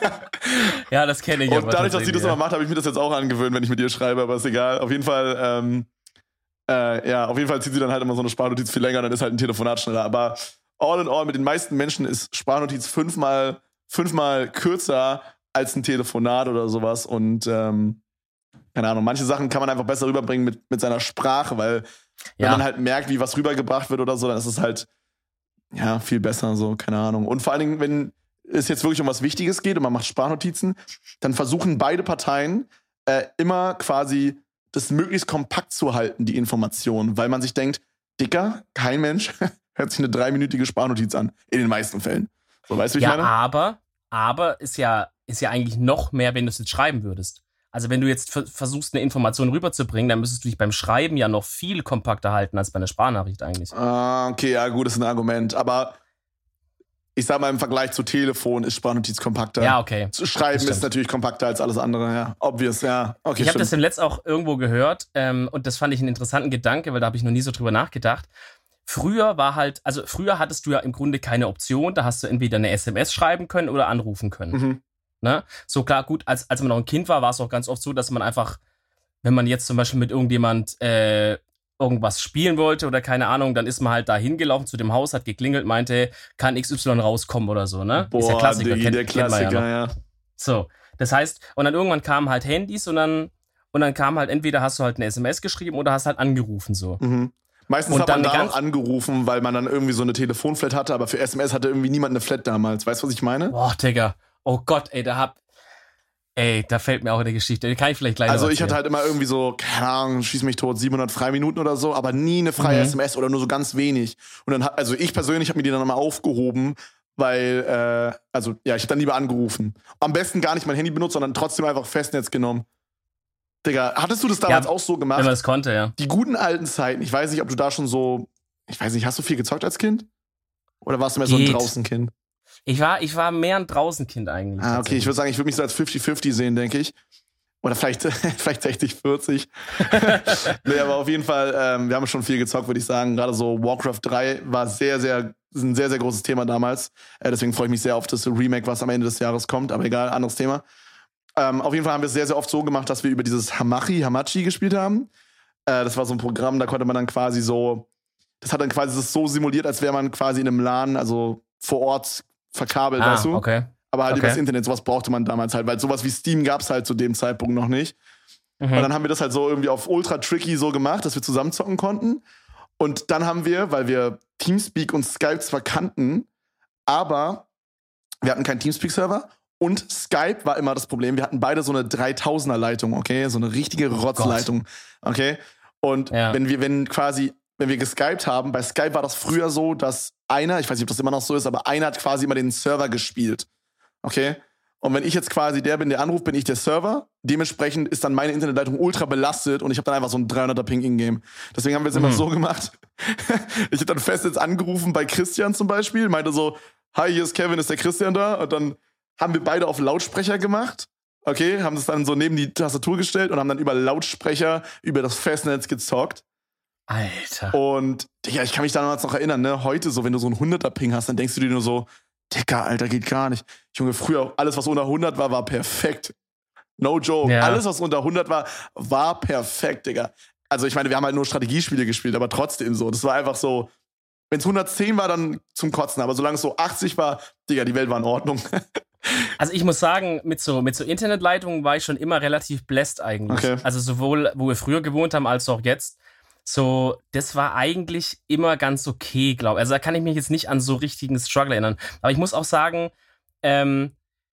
ja das kenne ich. Und aber dadurch, dass sie das tatsächlich, immer macht, habe ich mir das jetzt auch angewöhnt, wenn ich mit ihr schreibe, aber ist egal. Auf jeden Fall, ähm, äh, ja, auf jeden Fall zieht sie dann halt immer so eine Sprachnotiz viel länger, dann ist halt ein Telefonat schneller. Aber all in all, mit den meisten Menschen ist Sprachnotiz fünfmal, fünfmal kürzer als ein Telefonat oder sowas. Und ähm, keine Ahnung, manche Sachen kann man einfach besser rüberbringen mit, mit seiner Sprache, weil wenn Ja. man halt merkt, wie was rübergebracht wird oder so, dann ist es halt ja viel besser, so, keine Ahnung. Und vor allen Dingen, wenn es jetzt wirklich um was Wichtiges geht und man macht Sprachnotizen, dann versuchen beide Parteien äh, immer quasi das möglichst kompakt zu halten, die Information, weil man sich denkt, Dicker, kein Mensch hört sich eine dreiminütige Sprachnotiz an. In den meisten Fällen. So, weißt du, wie ich Ja, meine? aber, aber ist ja, ist ja eigentlich noch mehr, wenn du es jetzt schreiben würdest. Also wenn du jetzt ver- versuchst, eine Information rüberzubringen, dann müsstest du dich beim Schreiben ja noch viel kompakter halten als bei einer Sprachnachricht eigentlich. Ah, okay, ja, gut, das ist ein Argument. Aber ich sag mal, im Vergleich zu Telefon ist Sprachnotiz kompakter. Ja, okay. Zu schreiben Das ist stimmt. natürlich kompakter als alles andere, ja. Obvious, ja. Okay, Ich habe das stimmt. im Letzt auch irgendwo gehört ähm, und das fand ich einen interessanten Gedanke, weil da habe ich noch nie so drüber nachgedacht. Früher war halt, also früher hattest du ja im Grunde keine Option, da hast du entweder eine S M S schreiben können oder anrufen können. Mhm. Ne? So klar, gut, als, als man noch ein Kind war, war es auch ganz oft so, dass man einfach, wenn man jetzt zum Beispiel mit irgendjemand äh, irgendwas spielen wollte oder keine Ahnung, dann ist man halt da hingelaufen zu dem Haus, hat geklingelt, meinte, kann X Y rauskommen oder so, ne? Boah, ist ja Klassiker, Diggi, kennt, der kennt man ja Klassiker, noch. ja. So, das heißt, und dann irgendwann kamen halt Handys und dann, und dann kam halt, entweder hast du halt eine S M S geschrieben oder hast halt angerufen, so. Mhm. Meistens Und hat man dann da eine noch angerufen, weil man dann irgendwie so eine Telefonflat hatte, aber für S M S hatte irgendwie niemand eine Flat damals. Weißt du, was ich meine? Boah, Digga. Oh Gott, ey, da hab, ey, da fällt mir auch eine Geschichte, die kann ich vielleicht gleich Also noch ich hatte erzählen. halt immer irgendwie so, keine Ahnung, schieß mich tot, siebenhundert Freiminuten oder so, aber nie eine freie Mhm. S M S oder nur so ganz wenig. Und dann hat, also ich persönlich habe mir die dann mal aufgehoben, weil, äh, also ja, ich habe dann lieber angerufen. Am besten gar nicht mein Handy benutzt, sondern trotzdem einfach Festnetz genommen. Digga, hattest du das damals Ja, auch so wenn gemacht? man das konnte, ja. Die guten alten Zeiten, ich weiß nicht, ob du da schon so, ich weiß nicht, hast du viel gezockt als Kind? Oder warst du mehr so ein Geht. Draußenkind? Ich war, ich war mehr ein Draußenkind eigentlich. Ah, okay, ich würde sagen, ich würde mich so als fünfzig fünfzig sehen, denke ich. Oder vielleicht, vielleicht sechzig vierzig. Nee, aber auf jeden Fall, ähm, wir haben schon viel gezockt, würde ich sagen. Gerade so Warcraft drei war sehr, sehr, ist ein sehr, sehr großes Thema damals. Äh, deswegen freue ich mich sehr auf das Remake, was am Ende des Jahres kommt. Aber egal, anderes Thema. Ähm, auf jeden Fall haben wir es sehr, sehr oft so gemacht, dass wir über dieses Hamachi, Hamachi gespielt haben. Äh, das war so ein Programm, da konnte man dann quasi so, das hat dann quasi das so simuliert, als wäre man quasi in einem LAN, also vor Ort verkabelt, Ah, weißt du? okay. Aber halt Okay. über das Internet, sowas brauchte man damals halt, weil sowas wie Steam gab's halt zu dem Zeitpunkt noch nicht. Mhm. Und dann haben wir das halt so irgendwie auf ultra tricky so gemacht, dass wir zusammen zocken konnten. Und dann haben wir, weil wir Teamspeak und Skype zwar kannten, aber wir hatten keinen Teamspeak-Server und Skype war immer das Problem. Wir hatten beide so eine dreitausender Leitung, okay? So eine richtige Rotzleitung, okay? Und Ja. wenn wir, wenn quasi wenn wir geskypt haben, bei Skype war das früher so, dass einer, ich weiß nicht, ob das immer noch so ist, aber einer hat quasi immer den Server gespielt. Okay? Und wenn ich jetzt quasi der bin, der anruft, bin ich der Server. Dementsprechend ist dann meine Internetleitung ultra belastet und ich habe dann einfach so ein dreihunderter Ping in-game. Deswegen haben wir es mhm. immer so gemacht. Ich habe dann fest jetzt angerufen bei Christian zum Beispiel, meinte so, hi, hier ist Kevin, ist der Christian da? Und dann haben wir beide auf Lautsprecher gemacht. Okay, haben das dann so neben die Tastatur gestellt und haben dann über Lautsprecher über das Festnetz gezockt. Alter. Und, Digga, ich kann mich damals noch erinnern, ne, heute so, wenn du so einen hunderter Ping hast, dann denkst du dir nur so, Digga, Alter, geht gar nicht. Junge, früher, alles, was unter hundert war, war perfekt. No joke. Ja. Alles, was unter hundert war, war perfekt, Digga. Also, ich meine, wir haben halt nur Strategiespiele gespielt, aber trotzdem so. Das war einfach so, wenn es hundertzehn war, dann zum Kotzen. Aber solange es so achtzig war, Digga, die Welt war in Ordnung. Also ich muss sagen, mit so, mit so Internetleitungen war ich schon immer relativ blessed eigentlich. Okay. Also sowohl, wo wir früher gewohnt haben, als auch jetzt. So, das war eigentlich immer ganz okay, glaube ich. Also da kann ich mich jetzt nicht an so richtigen Struggle erinnern. Aber ich muss auch sagen, ähm,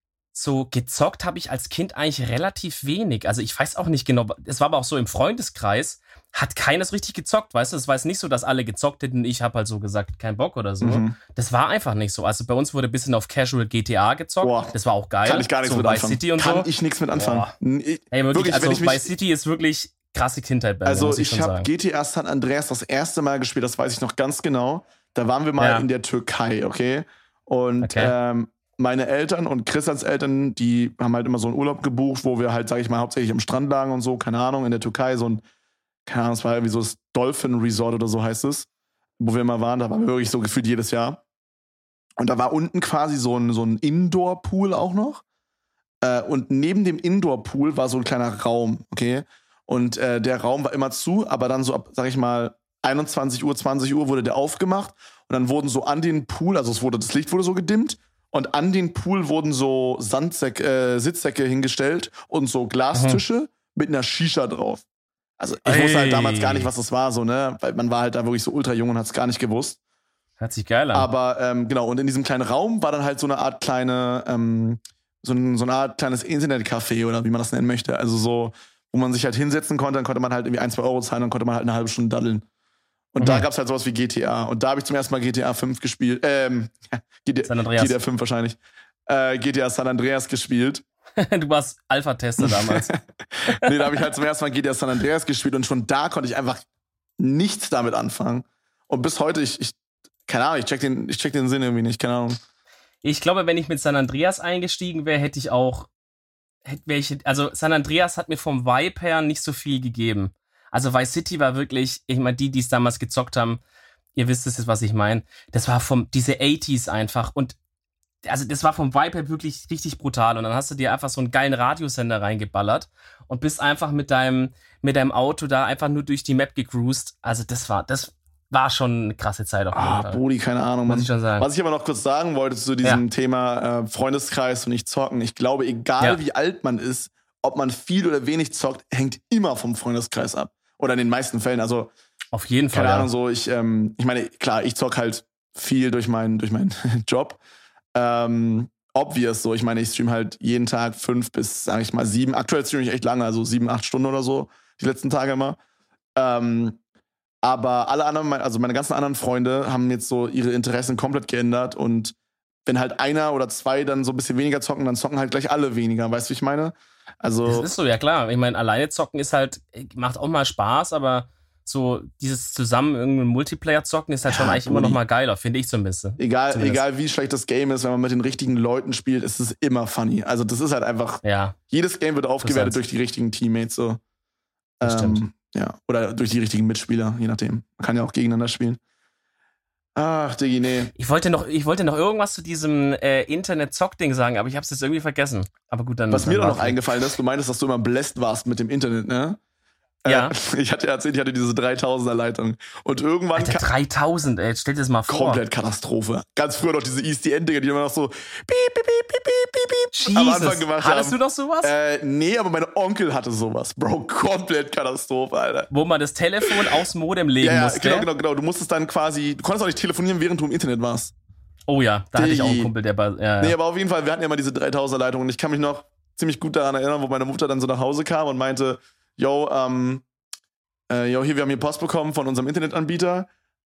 so gezockt habe ich als Kind eigentlich relativ wenig. Also ich weiß auch nicht genau, es war aber auch so im Freundeskreis, hat keines richtig gezockt, weißt du? Es war jetzt nicht so, dass alle gezockt hätten und ich habe halt so gesagt, kein Bock oder so. Mhm. Das war einfach nicht so. Also bei uns wurde ein bisschen auf Casual G T A gezockt. Boah, das war auch geil. Kann ich gar nichts so mit anfangen. City und kann so. ich nichts mit anfangen. Ich, Ey, wirklich, wirklich, also Vice City ist wirklich krasse Kindheit bei mir, Also muss ich, ich habe G T A San Andreas das erste Mal gespielt, das weiß ich noch ganz genau. Da waren wir mal ja. in der Türkei, okay? Und okay. Ähm, meine Eltern und Christians Eltern, die haben halt immer so einen Urlaub gebucht, wo wir halt, sag ich mal, hauptsächlich am Strand lagen und so, keine Ahnung, in der Türkei, so ein, keine Ahnung, es war irgendwie so das Dolphin Resort oder so heißt es, wo wir immer waren, da waren wir wirklich so gefühlt jedes Jahr. Und da war unten quasi so ein, so ein Indoor-Pool auch noch. Äh, und neben dem Indoor-Pool war so ein kleiner Raum, okay? Und äh, der Raum war immer zu, aber dann so ab, sag ich mal, einundzwanzig Uhr, zwanzig Uhr wurde der aufgemacht und dann wurden so an den Pool, also es wurde, das Licht wurde so gedimmt und an den Pool wurden so Sandsäcke, äh, Sitzsäcke hingestellt und so Glastische mhm. mit einer Shisha drauf. Also ich Ey. wusste halt damals gar nicht, was das war, so, ne, weil man war halt da wirklich so ultra jung und hat es gar nicht gewusst. Hört sich geil an. Aber ähm, genau, und in diesem kleinen Raum war dann halt so eine Art kleine, ähm, so, ein, so eine Art kleines Internetcafé oder wie man das nennen möchte. Also so, wo man sich halt hinsetzen konnte, dann konnte man halt irgendwie ein, zwei Euro zahlen, dann konnte man halt eine halbe Stunde daddeln. Und mhm. da gab's halt sowas wie G T A. Und da habe ich zum ersten Mal G T A fünf gespielt. Ähm, G T A, San Andreas. G T A fünf wahrscheinlich. Äh, G T A San Andreas gespielt. Du warst Alpha-Tester damals. Nee, da habe ich halt zum ersten Mal G T A San Andreas gespielt und schon da konnte ich einfach nichts damit anfangen. Und bis heute, ich, ich keine Ahnung, ich check den, ich check den Sinn irgendwie nicht, keine Ahnung. Ich glaube, wenn ich mit San Andreas eingestiegen wäre, hätte ich auch, hätte welche, also San Andreas hat mir vom Vibe her nicht so viel gegeben. Also Vice City war wirklich, ich meine, die, die es damals gezockt haben, ihr wisst es, was ich meine. Das war vom, diese achtziger einfach und also das war vom Vibe her wirklich richtig brutal und dann hast du dir einfach so einen geilen Radiosender reingeballert und bist einfach mit deinem, mit deinem Auto da einfach nur durch die Map gecruised. Also das war, das war schon eine krasse Zeit auf jeden ah, Fall. Brudi, keine Ahnung, Mann. Muss ich schon sagen. Was ich aber noch kurz sagen wollte zu diesem ja. Thema äh, Freundeskreis und nicht zocken. Ich glaube, egal ja. wie alt man ist, ob man viel oder wenig zockt, hängt immer vom Freundeskreis ab. Oder in den meisten Fällen. Also auf jeden Fall. Keine Ahnung, ja. so ich, ähm, ich meine, klar, ich zock halt viel durch meinen, durch meinen Job. Ähm, obvious so. Ich meine, ich stream halt jeden Tag fünf bis, sag ich mal, sieben. Aktuell stream ich echt lange, also sieben, acht Stunden oder so. Die letzten Tage immer. Ähm, aber alle anderen, also meine ganzen anderen Freunde haben jetzt so ihre Interessen komplett geändert und wenn halt einer oder zwei dann so ein bisschen weniger zocken, dann zocken halt gleich alle weniger. Weißt du, wie ich meine? Also das ist so, ja klar. Ich meine, alleine zocken ist halt, macht auch mal Spaß, aber so dieses zusammen irgendein Multiplayer zocken ist halt ja, schon eigentlich Brudi. immer noch mal geiler, finde ich so ein bisschen. Egal, egal wie schlecht das Game ist, wenn man mit den richtigen Leuten spielt, ist es immer funny. Also das ist halt einfach, ja. jedes Game wird aufgewertet durch die richtigen Teammates. So. Das ähm, stimmt. Ja, oder durch die richtigen Mitspieler, je nachdem. Man kann ja auch gegeneinander spielen. Ach, Diggi, nee. Ich wollte noch, ich wollte noch irgendwas zu diesem äh, Internet-Zock-Ding sagen, aber ich habe es jetzt irgendwie vergessen. Aber gut, dann. Was dann mir doch noch eingefallen ist, du meintest, dass du immer bläst warst mit dem Internet, ne? Ja. Äh, ich hatte erzählt, ich hatte diese dreitausender Leitung. Und irgendwann. Alter, dreitausend, ey, stell dir das mal vor. Komplett Katastrophe. Ganz früher noch diese E S D N-Dinger, die immer noch so piep, piep, piep, piep, piep, piep Jesus. am Anfang gemacht haben. Hattest du doch sowas? Äh, nee, aber mein Onkel hatte sowas. Bro, komplett Katastrophe, Alter. Wo man das Telefon aufs Modem legen ja, ja, musste. Genau, genau, genau. Du musstest dann quasi, du konntest auch nicht telefonieren, während du im Internet warst. Oh ja, da Die. hatte ich auch einen Kumpel, der bei, ja, ja. Nee, aber auf jeden Fall, wir hatten ja immer diese dreitausender Leitung und ich kann mich noch ziemlich gut daran erinnern, wo meine Mutter dann so nach Hause kam und meinte, yo, ähm, äh, jo, hier, wir haben hier Post bekommen von unserem Internetanbieter.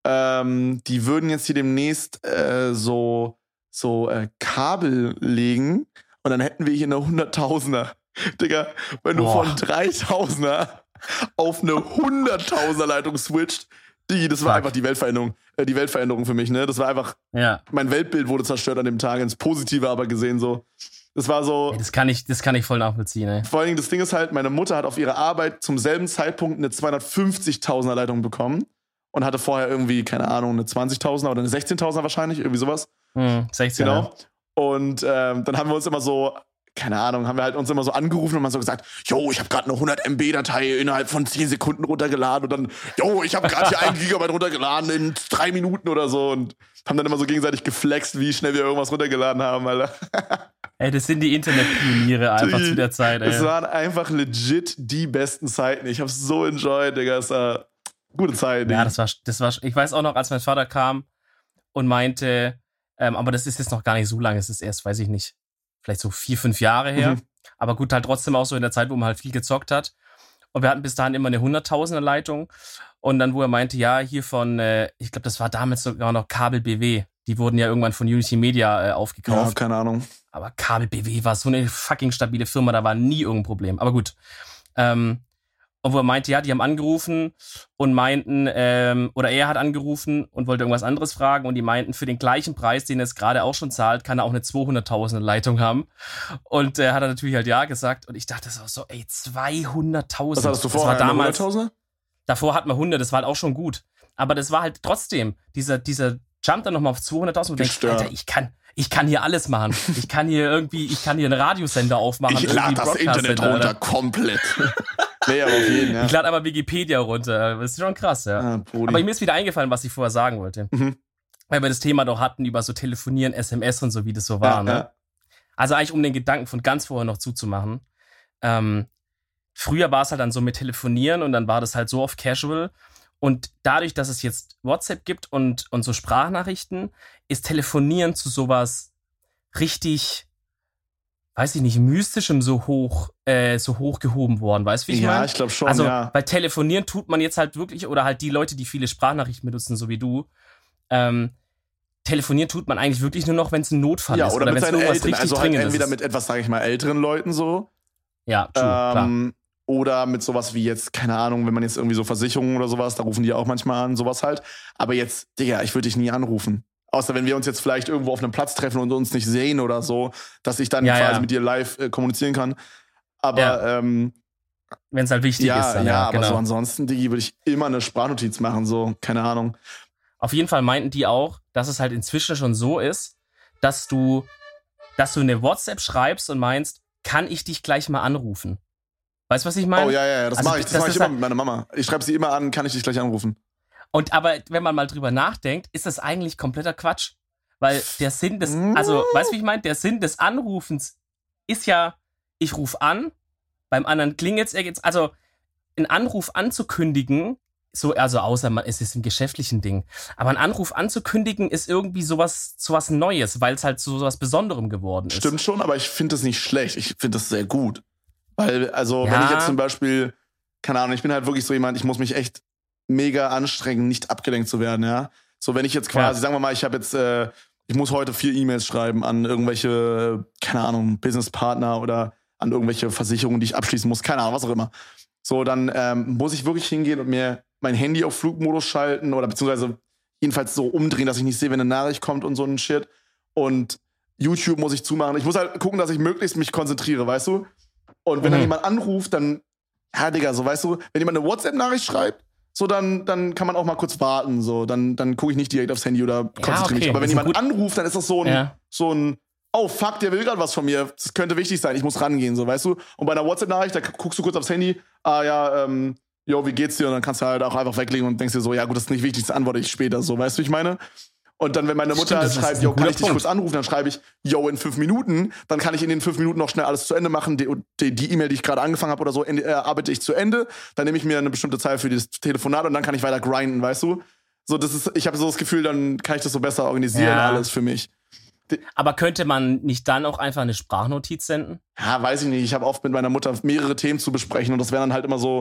Ähm, die würden jetzt hier demnächst äh, so, so äh, Kabel legen und dann hätten wir hier eine Hunderttausender. Digga, wenn Boah. du von Dreitausender auf eine Hunderttausender Leitung switcht, die, das war Fuck. einfach die Weltveränderung, äh, die Weltveränderung für mich, ne? Das war einfach, ja. mein Weltbild wurde zerstört an dem Tag, ins Positive aber gesehen so. Das war so. Ey, das kann ich, das kann ich voll nachvollziehen, ey. Vor allen Dingen, das Ding ist halt, meine Mutter hat auf ihre Arbeit zum selben Zeitpunkt eine zweihundertfünfzigtausender Leitung bekommen. Und hatte vorher irgendwie, keine Ahnung, eine zwanzigtausender oder eine sechzehntausender wahrscheinlich, irgendwie sowas. Hm, sechzehn. Genau. Und ähm, dann haben wir uns immer so, keine Ahnung, haben wir halt uns immer so angerufen und mal so gesagt, yo, ich habe gerade eine hundert Megabyte Datei innerhalb von zehn Sekunden runtergeladen und dann, yo, ich habe gerade hier ein Gigabyte runtergeladen in drei Minuten oder so und haben dann immer so gegenseitig geflext, wie schnell wir irgendwas runtergeladen haben, Alter. Ey, das sind die Internetpioniere einfach die, zu der Zeit, ey. Es waren einfach legit die besten Zeiten. Ich hab's so enjoyed, Digga. Es war gute Zeit. Ja, das war, das war, ich weiß auch noch, als mein Vater kam und meinte, ähm, aber das ist jetzt noch gar nicht so lange, es ist erst, weiß ich nicht, vielleicht so vier, fünf Jahre her. Mhm. Aber gut, halt trotzdem auch so in der Zeit, wo man halt viel gezockt hat. Und wir hatten bis dahin immer eine hunderttausender Leitung. Und dann, wo er meinte, ja, hier von, äh, ich glaube, das war damals sogar noch Kabel B W. Die wurden ja irgendwann von Unity Media äh, aufgekauft. Ja, keine Ahnung. Aber Kabel B W war so eine fucking stabile Firma, da war nie irgendein Problem. Aber gut. Ähm, Und wo er meinte, ja, die haben angerufen und meinten, ähm, oder er hat angerufen und wollte irgendwas anderes fragen und die meinten, für den gleichen Preis, den er jetzt gerade auch schon zahlt, kann er auch eine zweihunderttausender Leitung haben. Und er äh, hat er natürlich halt ja gesagt und ich dachte so, so ey, zweihunderttausend. Was hattest du vorher, das war damals, hunderttausender? Davor hatten wir hundert, das war halt auch schon gut. Aber das war halt trotzdem, dieser, dieser Jump dann nochmal auf zweihunderttausend und du denkst, Alter, ich kann, ich kann hier alles machen. Ich kann hier irgendwie, ich kann hier einen Radiosender aufmachen. Ich lade das Internet runter, Alter. Komplett. Nee, aber auf jeden, ja. Ich lade aber Wikipedia runter. Das ist schon krass, ja. Ah, aber mir ist wieder eingefallen, was ich vorher sagen wollte. Mhm. Weil wir das Thema doch hatten über so Telefonieren, S M S und so, wie das so war. Ja, ne? Ja. Also eigentlich, um den Gedanken von ganz vorher noch zuzumachen. Ähm, früher war es halt dann so mit Telefonieren und dann war das halt so oft casual. Und dadurch, dass es jetzt WhatsApp gibt und, und so Sprachnachrichten, ist Telefonieren zu sowas richtig, weiß ich nicht, mystischem so hoch, äh, so hochgehoben worden. Weißt du, wie ich ja, meine? Ja, ich glaube schon, also, ja. Weil telefonieren tut man jetzt halt wirklich, oder halt die Leute, die viele Sprachnachrichten benutzen, so wie du, ähm, telefonieren tut man eigentlich wirklich nur noch, wenn es ein Notfall ja, ist. Oder, oder mit seinen Eltern, also halt entweder ist. mit etwas, sage ich mal, älteren Leuten so. Ja, true, ähm, klar. Oder mit sowas wie jetzt, keine Ahnung, wenn man jetzt irgendwie so Versicherungen oder sowas, da rufen die auch manchmal an, sowas halt. Aber jetzt, Digga, ich würde dich nie anrufen. Außer wenn wir uns jetzt vielleicht irgendwo auf einem Platz treffen und uns nicht sehen oder so, dass ich dann ja, quasi ja. mit dir live äh, kommunizieren kann. Aber, ja. ähm, wenn es halt wichtig ja, ist. Dann, ja, ja, aber genau. so ansonsten, Digi, würde ich immer eine Sprachnotiz machen, so, keine Ahnung. Auf jeden Fall meinten die auch, dass es halt inzwischen schon so ist, dass du, dass du eine WhatsApp schreibst und meinst, kann ich dich gleich mal anrufen? Weißt du, was ich meine? Oh ja, ja, ja, das also, mache ich, das das mach ich immer halt mit meiner Mama. Ich schreibe sie immer an, kann ich dich gleich anrufen. Und aber, wenn man mal drüber nachdenkt, ist das eigentlich kompletter Quatsch. Weil der Sinn des, also, weißt du, wie ich meine? Der Sinn des Anrufens ist ja, ich rufe an, beim anderen klingelt's, also, einen Anruf anzukündigen, so, also außer man, es ist ein geschäftlichen Ding. Aber einen Anruf anzukündigen ist irgendwie sowas, sowas Neues, weil es halt so sowas Besonderem geworden ist. Stimmt schon, aber ich finde das nicht schlecht. Ich finde das sehr gut. Weil, also, ja. wenn ich jetzt zum Beispiel, keine Ahnung, ich bin halt wirklich so jemand, ich muss mich echt mega anstrengen, nicht abgelenkt zu werden, ja. So, wenn ich jetzt quasi, ja. sagen wir mal, ich habe jetzt, äh, ich muss heute vier E-Mails schreiben an irgendwelche, keine Ahnung, Businesspartner oder an irgendwelche Versicherungen, die ich abschließen muss, keine Ahnung, was auch immer. So, dann ähm, muss ich wirklich hingehen und mir mein Handy auf Flugmodus schalten oder beziehungsweise jedenfalls so umdrehen, dass ich nicht sehe, wenn eine Nachricht kommt und so ein Shit. Und YouTube muss ich zumachen. Ich muss halt gucken, dass ich möglichst mich konzentriere, weißt du? Und wenn mhm. dann jemand anruft, dann, ja, Digga, so, weißt du, wenn jemand eine WhatsApp-Nachricht schreibt, so, dann, dann kann man auch mal kurz warten, so, dann, dann gucke ich nicht direkt aufs Handy oder konzentriere ja, okay. mich. Aber wenn jemand gut. anruft, dann ist das so ein, ja. so ein, oh, fuck, der will gerade was von mir, das könnte wichtig sein, ich muss rangehen, so, weißt du? Und bei einer WhatsApp-Nachricht, da guckst du kurz aufs Handy, ah, ja, ähm, jo, wie geht's dir? Und dann kannst du halt auch einfach weglegen und denkst dir so, ja, gut, das ist nicht wichtig, das antworte ich später, so, weißt du, wie ich meine? Und dann, wenn meine Mutter Stimmt, schreibt, yo, kann ich dich Punkt. kurz anrufen, dann schreibe ich, yo, in fünf Minuten, dann kann ich in den fünf Minuten noch schnell alles zu Ende machen, die die, die E-Mail, die ich gerade angefangen habe oder so, äh, arbeite ich zu Ende, dann nehme ich mir eine bestimmte Zeit für das Telefonat und dann kann ich weiter grinden, weißt du? So, das ist, ich habe so das Gefühl, dann kann ich das so besser organisieren, ja. alles für mich. Die, Aber könnte man nicht dann auch einfach eine Sprachnotiz senden? Ja, weiß ich nicht, ich habe oft mit meiner Mutter mehrere Themen zu besprechen und das wären dann halt immer so,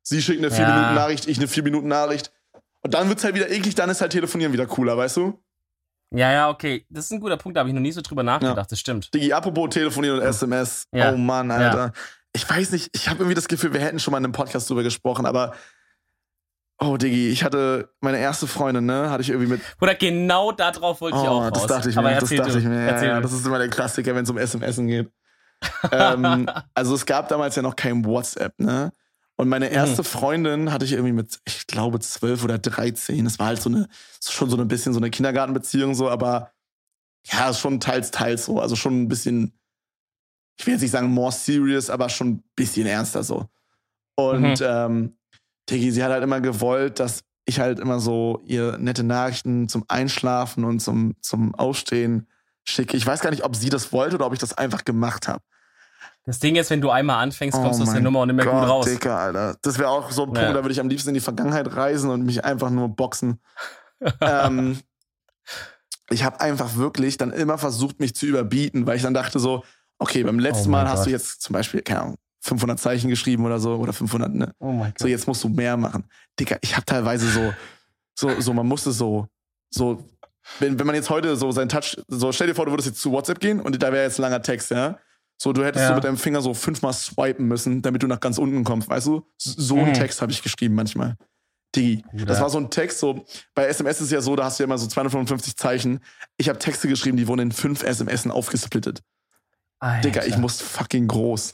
Sie schickt eine Ja. vier Minuten Nachricht, ich eine vier Minuten Nachricht. Und dann wird's halt wieder eklig, dann ist halt Telefonieren wieder cooler, weißt du? Ja, ja, okay. Das ist ein guter Punkt, da habe ich noch nie so drüber nachgedacht, Ja. das stimmt. Digi, apropos Telefonieren und S M S. Ja. Oh Mann, Alter. Ich weiß nicht, ich habe irgendwie das Gefühl, wir hätten schon mal in einem Podcast drüber gesprochen, aber oh, Digi, ich hatte meine erste Freundin, ne, hatte ich irgendwie mit. Oder genau darauf wollte ich auch Oh, raus. das dachte ich Aber mir, das erzähl dachte du. ich mir. Ja, Erzähl ja, du. das ist immer der Klassiker, wenn es um S M S geht. ähm, also es gab damals ja noch kein WhatsApp, ne? Und meine erste Mhm. Freundin hatte ich irgendwie mit, ich glaube, zwölf oder dreizehn. Das war halt so eine, schon so ein bisschen so eine Kindergartenbeziehung so, aber ja, schon teils, teils so. Also schon ein bisschen, ich will jetzt nicht sagen more serious, aber schon ein bisschen ernster so. Und Mhm. ähm, Tigi, sie hat halt immer gewollt, dass ich halt immer so ihr nette Nachrichten zum Einschlafen und zum, zum Aufstehen schicke. Ich weiß gar nicht, ob sie das wollte oder ob ich das einfach gemacht habe. Das Ding ist, wenn du einmal anfängst, kommst du aus der mein Nummer auch nicht mehr Gott, gut raus. Dicker, Alter. Das wäre auch so ein Punkt, Ja. da würde ich am liebsten in die Vergangenheit reisen und mich einfach nur boxen. ähm, ich habe einfach wirklich dann immer versucht, mich zu überbieten, weil ich dann dachte so, okay, beim letzten Oh mein Mal hast Gott. du jetzt zum Beispiel, keine Ahnung, fünfhundert Zeichen geschrieben oder so, oder fünfhundert, ne? Oh mein Gott. So, jetzt musst du mehr machen. Dicker, ich habe teilweise so, so, so, man musste so, so, wenn, wenn man jetzt heute so sein Touch, so stell dir vor, du würdest jetzt zu WhatsApp gehen und da wäre jetzt ein langer Text, ja? So, du hättest Ja. so mit deinem Finger so fünfmal swipen müssen, damit du nach ganz unten kommst, weißt du? So Mhm. einen Text habe ich geschrieben manchmal. Digi, Bruder. das war so ein Text, so, bei S M S ist es ja so, da hast du ja immer so zweihundertfünfundfünfzig Zeichen. Ich habe Texte geschrieben, die wurden in fünf S M S aufgesplittet. Alter. Digga, ich muss fucking groß.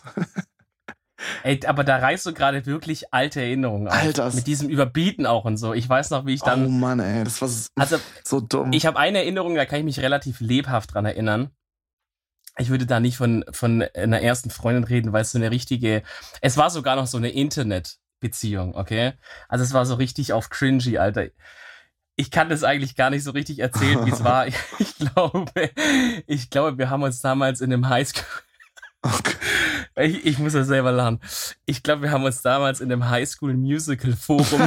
Ey, aber da reißt du gerade wirklich alte Erinnerungen auf. Alter. Mit diesem Überbieten auch und so. Ich weiß noch, wie ich dann... oh Mann, ey, das war so, Also, so dumm. ich habe eine Erinnerung, da kann ich mich relativ lebhaft dran erinnern. Ich würde da nicht von, von einer ersten Freundin reden, weil es so eine richtige, es war sogar noch so eine Internetbeziehung, okay? Also es war so richtig auf cringy, Alter. Ich kann das eigentlich gar nicht so richtig erzählen, wie es war. Ich glaube, ich glaube, wir haben uns damals in einem Highschool, Okay. ich, ich muss ja selber lachen. Ich glaube, wir haben uns damals in einem Highschool Musical Forum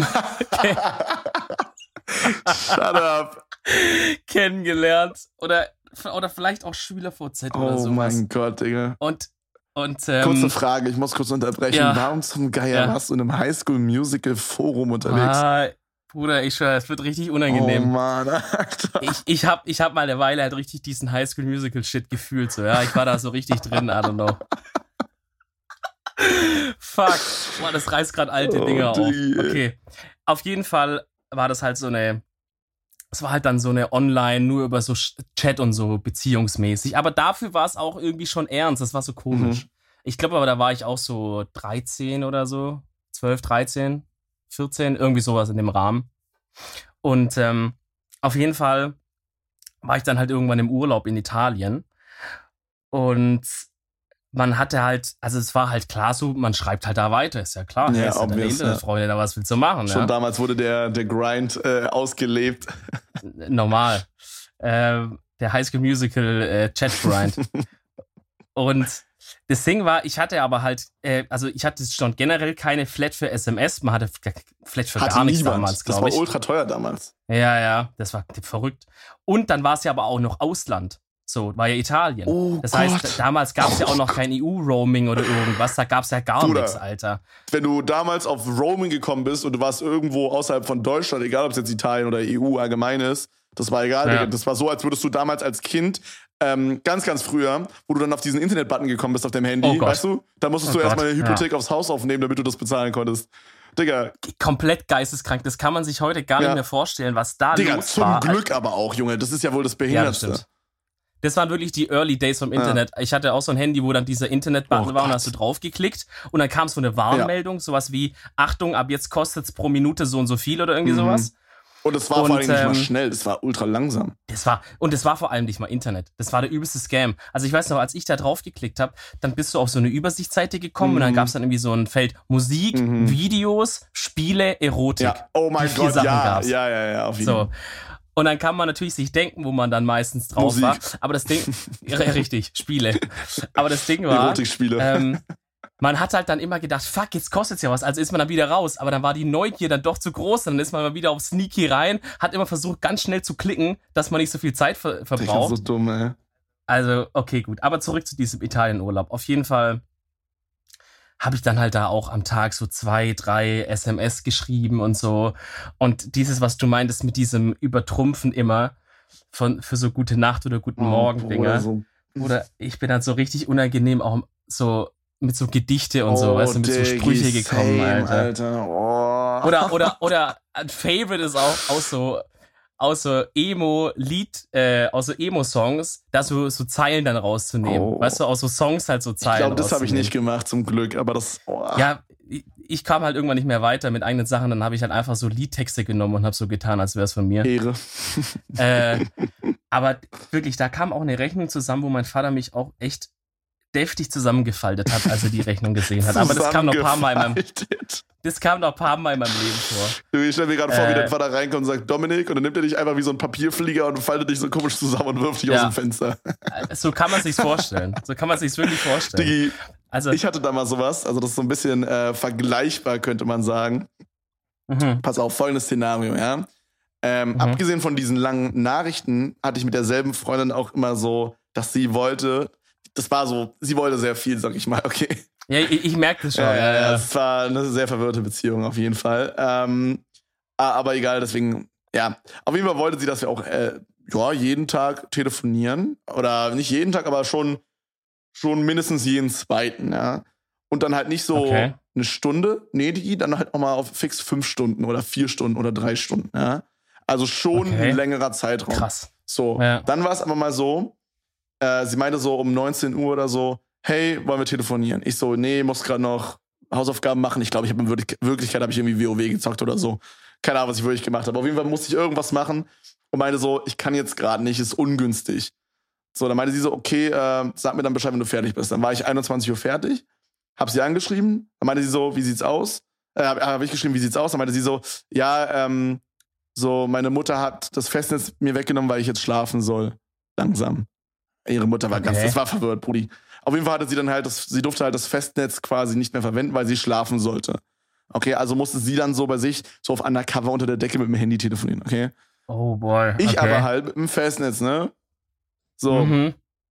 Shut up. kennengelernt. Oder, oder vielleicht auch SchülerVZ oder Oh sowas. mein Gott, Digga. Und, und, ähm, Kurze Frage, ich muss kurz unterbrechen. ja. Warum zum Geier Ja. warst du in einem Highschool-Musical-Forum unterwegs? ah, Bruder, ich schwör, es wird richtig Oh unangenehm. Mann, Alter. Ich, ich hab, ich hab mal eine Weile halt richtig diesen Highschool-Musical-Shit gefühlt, so, ja. Ich war da so richtig drin, I don't know. Fuck. Boah, das reißt gerade alte Oh, Dinge auf. Diggi, ey. Okay. Auf jeden Fall war das halt so eine, es war halt dann so eine Online, nur über so Chat und so beziehungsmäßig. Aber dafür war es auch irgendwie schon ernst. Das war so komisch. Mhm. Ich glaube aber, da war ich auch so dreizehn oder so. zwölf, dreizehn, vierzehn, irgendwie sowas in dem Rahmen. Und ähm, auf jeden Fall war ich dann halt irgendwann im Urlaub in Italien. Und man hatte halt, also es war halt klar so, man schreibt halt da weiter, ist ja klar. Ja, Ja, ist ja deine obvious, Internetfreunde, da was willst du machen? Schon ja? damals wurde der, der Grind äh, ausgelebt. Normal. Äh, der High School Musical äh, Chat Grind. Und das Ding war, ich hatte aber halt, äh, also ich hatte schon generell keine Flat für S M S, man hatte Flat für Hatte gar nichts niemand. damals, Das glaube war ich. ultra teuer damals. Ja, ja, das war verrückt. Und dann war es ja aber auch noch Ausland. So, war ja Italien. Oh das Gott. heißt, damals gab es ja auch noch kein E U-Roaming oder irgendwas, da gab es ja gar Bruder. nichts, Alter. Wenn du damals auf Roaming gekommen bist und du warst irgendwo außerhalb von Deutschland, egal ob es jetzt Italien oder E U allgemein ist, das war egal. Ja. Digga. Das war so, als würdest du damals als Kind ähm, ganz, ganz früher, wo du dann auf diesen Internet-Button gekommen bist auf deinem Handy, Oh Gott. weißt du? Da musstest Oh du erstmal Gott, eine Hypothek aufs Haus aufnehmen, damit du das bezahlen konntest. Digga, Komplett geisteskrank, das kann man sich heute gar Ja. nicht mehr vorstellen, was da Digga, los zum war. Glück aber auch, Junge. Das ist ja wohl das Ja, das Behindertste. stimmt. Das waren wirklich die Early Days vom Internet. Ich hatte auch so ein Handy, wo dann dieser Internet-Button Oh war und Gott. hast du draufgeklickt und dann kam so eine Warnmeldung, sowas wie, Achtung, ab jetzt kostet's pro Minute so und so viel oder irgendwie Mhm. sowas. Und es war Und, vor allem nicht mal ähm, schnell, das war ultra langsam. Das war, und das war vor allem nicht mal Internet. Das war der übelste Scam. Also ich weiß noch, als ich da drauf geklickt habe, dann bist du auf so eine Übersichtsseite gekommen und dann Mhm. gab's dann irgendwie so ein Feld Musik, Mhm. Videos, Spiele, Erotik. Ja, oh mein Die vier Gott, Sachen ja, gab's. ja, ja, ja, auf jeden So. Fall. Und dann kann man natürlich sich denken, wo man dann meistens drauf Musik. war. Aber das Ding, ja, richtig, Spiele. Aber das Ding war, Erotikspiele. ähm, man hat halt dann immer gedacht, fuck, jetzt kostet's ja was. Also ist man dann wieder raus. Aber dann war die Neugier dann doch zu groß. Dann ist man mal wieder auf Sneaky rein, hat immer versucht, ganz schnell zu klicken, dass man nicht so viel Zeit ver Digga, verbraucht. so dumm, ey. Also, okay, gut. Aber zurück zu diesem Italienurlaub. Auf jeden Fall habe ich dann halt da auch am Tag so zwei, drei S M S geschrieben und so. Und dieses, was du meintest mit diesem Übertrumpfen immer von für so gute Nacht oder guten Oh, Morgen Dinger. Bruder, so. Oder ich bin dann so richtig unangenehm auch so mit so Gedichte und so, Oh, weißt du, mit so Diggi, Sprüche gekommen, same, Alter. Alter. Oh. Oder, oder, oder ein Favorite ist auch aus so, aus so Emo-Lied, äh, aus so Emo-Songs, da so, so Zeilen dann rauszunehmen. Oh. Weißt du, aus so Songs halt so Ich Zeilen glaube, das habe ich rauszunehmen. nicht gemacht, zum Glück, aber das. Oh. Ja, ich, ich kam halt irgendwann nicht mehr weiter mit eigenen Sachen, dann habe ich halt einfach so Liedtexte genommen und habe so getan, als wäre es von mir. Ehre. Äh, aber wirklich, da kam auch eine Rechnung zusammen, wo mein Vater mich auch echt deftig zusammengefaltet hat, als er die Rechnung gesehen hat. Aber das kam noch ein paar Mal in meinem, das kam noch ein paar Mal in meinem Leben vor. Du, ich stell mir gerade vor, Äh. wie dein Vater reinkommt und sagt, Dominik, und dann nimmt er dich einfach wie so ein Papierflieger und faltet dich so komisch zusammen und wirft dich Ja. aus dem Fenster. So kann man sich's vorstellen. So kann man sich's wirklich vorstellen. Diggi, Also, ich hatte da mal sowas, also das ist so ein bisschen äh, vergleichbar, könnte man sagen. mhm. Pass auf, folgendes Szenario, ja. Ähm, Mhm. Abgesehen von diesen langen Nachrichten hatte ich mit derselben Freundin auch immer so, dass sie wollte, das war so, sie wollte sehr viel, sag ich mal, okay. Ja, ich, ich merke das schon. Ja, ja, ja, ja. es war eine sehr verwirrte Beziehung auf jeden Fall. Ähm, a- aber egal, deswegen, ja. Auf jeden Fall wollte sie, dass wir auch äh, ja, jeden Tag telefonieren. Oder nicht jeden Tag, aber schon, schon mindestens jeden zweiten, ja. Und dann halt nicht so Okay. eine Stunde, nee, die, dann halt auch mal auf fix fünf Stunden oder vier Stunden oder drei Stunden, ja. Also schon Okay. ein längerer Zeitraum. Krass. So, Ja. dann war es aber mal so, äh, sie meinte so um neunzehn Uhr oder so, hey, wollen wir telefonieren? Ich so, nee, muss gerade noch Hausaufgaben machen. Ich glaube, ich habe in Wirk- Wirklichkeit habe ich irgendwie W O W gezockt oder so. Keine Ahnung, was ich wirklich gemacht habe. Auf jeden Fall musste ich irgendwas machen und meinte so, ich kann jetzt gerade nicht, ist ungünstig. So, dann meinte sie so, okay, äh, sag mir dann Bescheid, wenn du fertig bist. Dann war ich einundzwanzig Uhr fertig, hab sie angeschrieben, dann meinte sie so, wie sieht's aus? Äh, hab, hab ich geschrieben, wie sieht's aus? Dann meinte sie so, ja, ähm, so, meine Mutter hat das Festnetz mir weggenommen, weil ich jetzt schlafen soll. Langsam. Ihre Mutter war ganz, Okay. das war verwirrt, Brudi. Auf jeden Fall hatte sie dann halt, das, sie durfte halt das Festnetz quasi nicht mehr verwenden, weil sie schlafen sollte. Okay, also musste sie dann so bei sich so auf undercover unter der Decke mit dem Handy telefonieren, okay? Oh boy. Ich okay. aber halt mit dem Festnetz, ne? So, Mhm.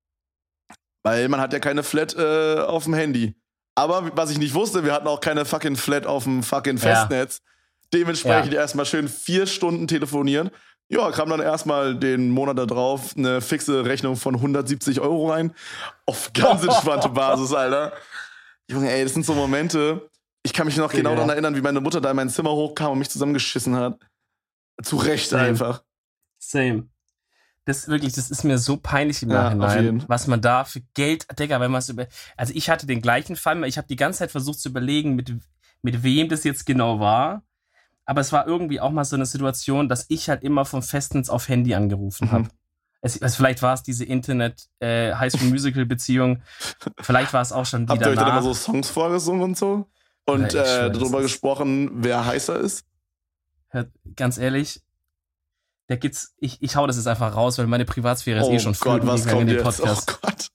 weil man hat ja keine Flat äh, auf dem Handy. Aber was ich nicht wusste, wir hatten auch keine fucking Flat auf dem fucking Ja. Festnetz. Dementsprechend Ja. erstmal schön vier Stunden telefonieren. Ja, kam dann erstmal den Monat da drauf eine fixe Rechnung von hundertsiebzig Euro rein. Auf ganz entspannte Basis, Alter. Junge, ey, das sind so Momente. Ich kann mich noch genau Ja. daran erinnern, wie meine Mutter da in mein Zimmer hochkam und mich zusammengeschissen hat. Zu Recht Same. einfach. Same. Das wirklich, das ist mir so peinlich im Ja, auf Nachhinein, jeden. was man da für Geld, Digga, wenn man es über, also ich hatte den gleichen Fall, ich habe die ganze Zeit versucht zu überlegen, mit, mit wem das jetzt genau war, aber es war irgendwie auch mal so eine Situation, dass ich halt immer vom Festnetz auf Handy angerufen Mhm. habe. Es, also vielleicht war es diese Internet äh, High School Musical Beziehung, vielleicht war es auch schon die Habt ihr euch dann danach. immer so Songs vorgesungen und so? Und Ja, ich schwör, äh, das darüber ist- gesprochen, wer heißer ist? Hört, ganz ehrlich, da gibt's, ich, ich hau das jetzt einfach raus, weil meine Privatsphäre ist Oh eh schon Gott, flöten was gegangen kommt in den jetzt? Podcast. Oh Gott.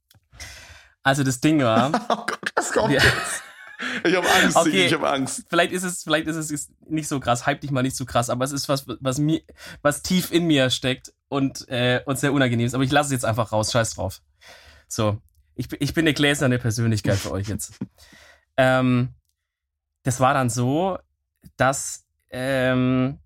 Also das Ding war, Oh Gott, was kommt Ja. jetzt? Ich hab Angst, Okay. Diggi, ich hab Angst. vielleicht ist es, vielleicht ist es nicht so krass, hype dich mal nicht so krass, aber es ist was, was mir, was tief in mir steckt und, äh, und sehr unangenehm ist. Aber ich lasse es jetzt einfach raus, scheiß drauf. So, ich, bin- ich bin eine gläserne Persönlichkeit für euch jetzt. Ähm, das war dann so, dass, ähm,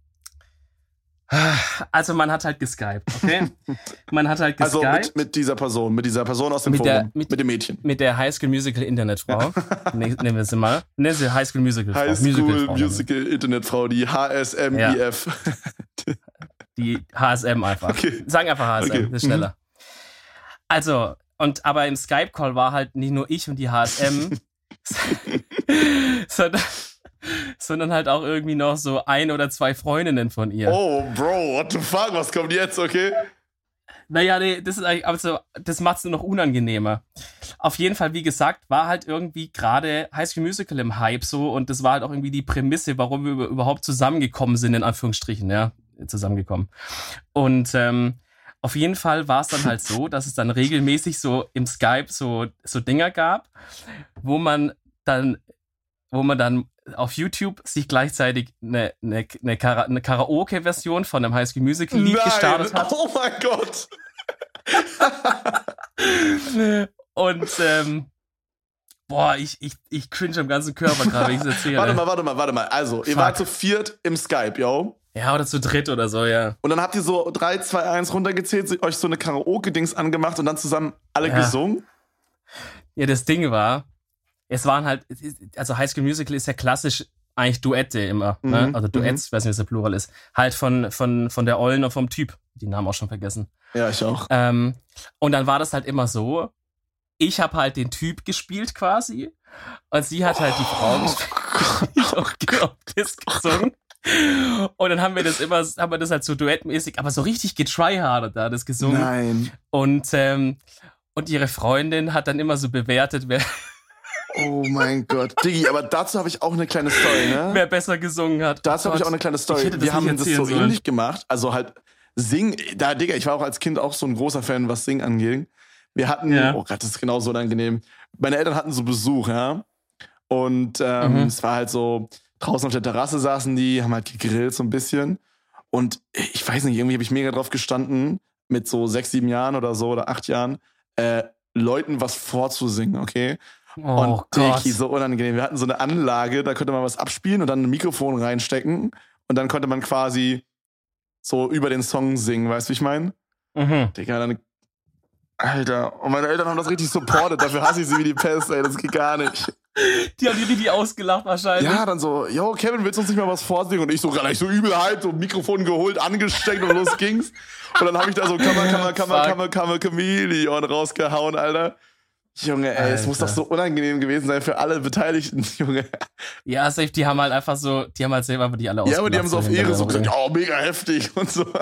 also man hat halt geskypt, okay? Man hat halt Also geskypt. mit, mit dieser Person, mit dieser Person aus dem Mit Forum, der- mit, mit- dem Mädchen. Mit der High School Musical Internetfrau. Ne- Nennen wir sie mal. Nennen sie High School Musical Frau. High School Musical-Frau nennen wir. Musical Internetfrau, die H S M I F. Die H S M einfach. Okay. Sagen einfach H S M, Okay. das ist schneller. Also, und aber im Skype-Call war halt nicht nur ich und die H S M, sondern, sondern halt auch irgendwie noch so ein oder zwei Freundinnen von ihr. Oh, Bro, what the fuck, was kommt jetzt, okay? Naja, nee, das ist eigentlich, also, das macht's nur noch unangenehmer. Auf jeden Fall, wie gesagt, war halt irgendwie gerade High School Musical im Hype so und das war halt auch irgendwie die Prämisse, warum wir über- überhaupt zusammengekommen sind, in Anführungsstrichen, ja, zusammengekommen. Und ähm, auf jeden Fall war es dann halt so, dass es dann regelmäßig so im Skype so, so Dinger gab, wo man dann, wo man dann auf YouTube sich gleichzeitig eine, eine, eine, Kara- eine Karaoke-Version von einem High School Musical Lied gestartet hat. Oh mein Gott. Und ähm, Boah, ich, ich, ich cringe am ganzen Körper gerade, wenn ich es erzähle. Warte mal, warte mal, warte mal. Also, ihr Fuck. wart zu viert im Skype, yo. Ja, oder zu dritt oder so, ja. Und dann habt ihr so drei, zwei, eins runtergezählt, euch so eine Karaoke-Dings angemacht und dann zusammen alle Ja. gesungen? Ja, das Ding war, es waren halt, also High School Musical ist ja klassisch eigentlich Duette immer, Mhm. ne? Also Duets, Mhm. ich weiß nicht, was der Plural ist. Halt von, von, von der Ollen und vom Typ. Die Namen auch schon vergessen. Ja, ich auch. Ähm, und dann war das halt immer so, ich habe halt den Typ gespielt quasi und sie hat halt die Frau gespielt und genau das gesungen. Und dann haben wir das immer, haben wir das halt so duettmäßig, aber so richtig getryhardet da, das gesungen. Nein. Und, ähm, und ihre Freundin hat dann immer so bewertet, wer, Oh mein Gott. Diggi, aber dazu habe ich auch eine kleine Story, ne? wer besser gesungen hat. Dazu Oh habe ich Gott. auch eine kleine Ich Story. hätte das Wir haben nicht das erzählen so sollen. ähnlich gemacht. Also halt Singen, da, Digga, ich war auch als Kind auch so ein großer Fan, was Singen anging. Wir hatten, Ja. oh Gott, das ist genau so unangenehm. Meine Eltern hatten so Besuch, ja. Und ähm, Mhm. es war halt so, draußen auf der Terrasse saßen die, haben halt gegrillt so ein bisschen. Und ich weiß nicht, irgendwie habe ich mega drauf gestanden, mit so sechs, sieben Jahren oder so oder acht Jahren, äh, Leuten was vorzusingen, okay? Oh Und Gott. Dicky, so unangenehm. Wir hatten so eine Anlage, da konnte man was abspielen und dann ein Mikrofon reinstecken und dann konnte man quasi so über den Song singen, weißt du, wie ich meine? Mhm. Digga, dann. Alter, und meine Eltern haben das richtig supportet, dafür hasse ich sie wie die Pest, ey, das geht gar nicht. Die haben die richtig ausgelacht wahrscheinlich. Ja, dann so, yo, Kevin, willst du uns nicht mal was vorsingen? Und ich so, gleich so übel halt, so Mikrofon geholt, angesteckt und los ging's. Und dann habe ich da so Kammer, Kammer, Kammer, Fuck. Kammer, Kammer, Chameleon rausgehauen, Alter. Junge, ey, es muss doch Alter. so unangenehm gewesen sein für alle Beteiligten, Junge. Ja, safe, die haben halt einfach so, die haben halt selber die alle Ja, aber die haben so auf ausgelacht, Ehre so gesagt, hinterher. oh, mega heftig und so.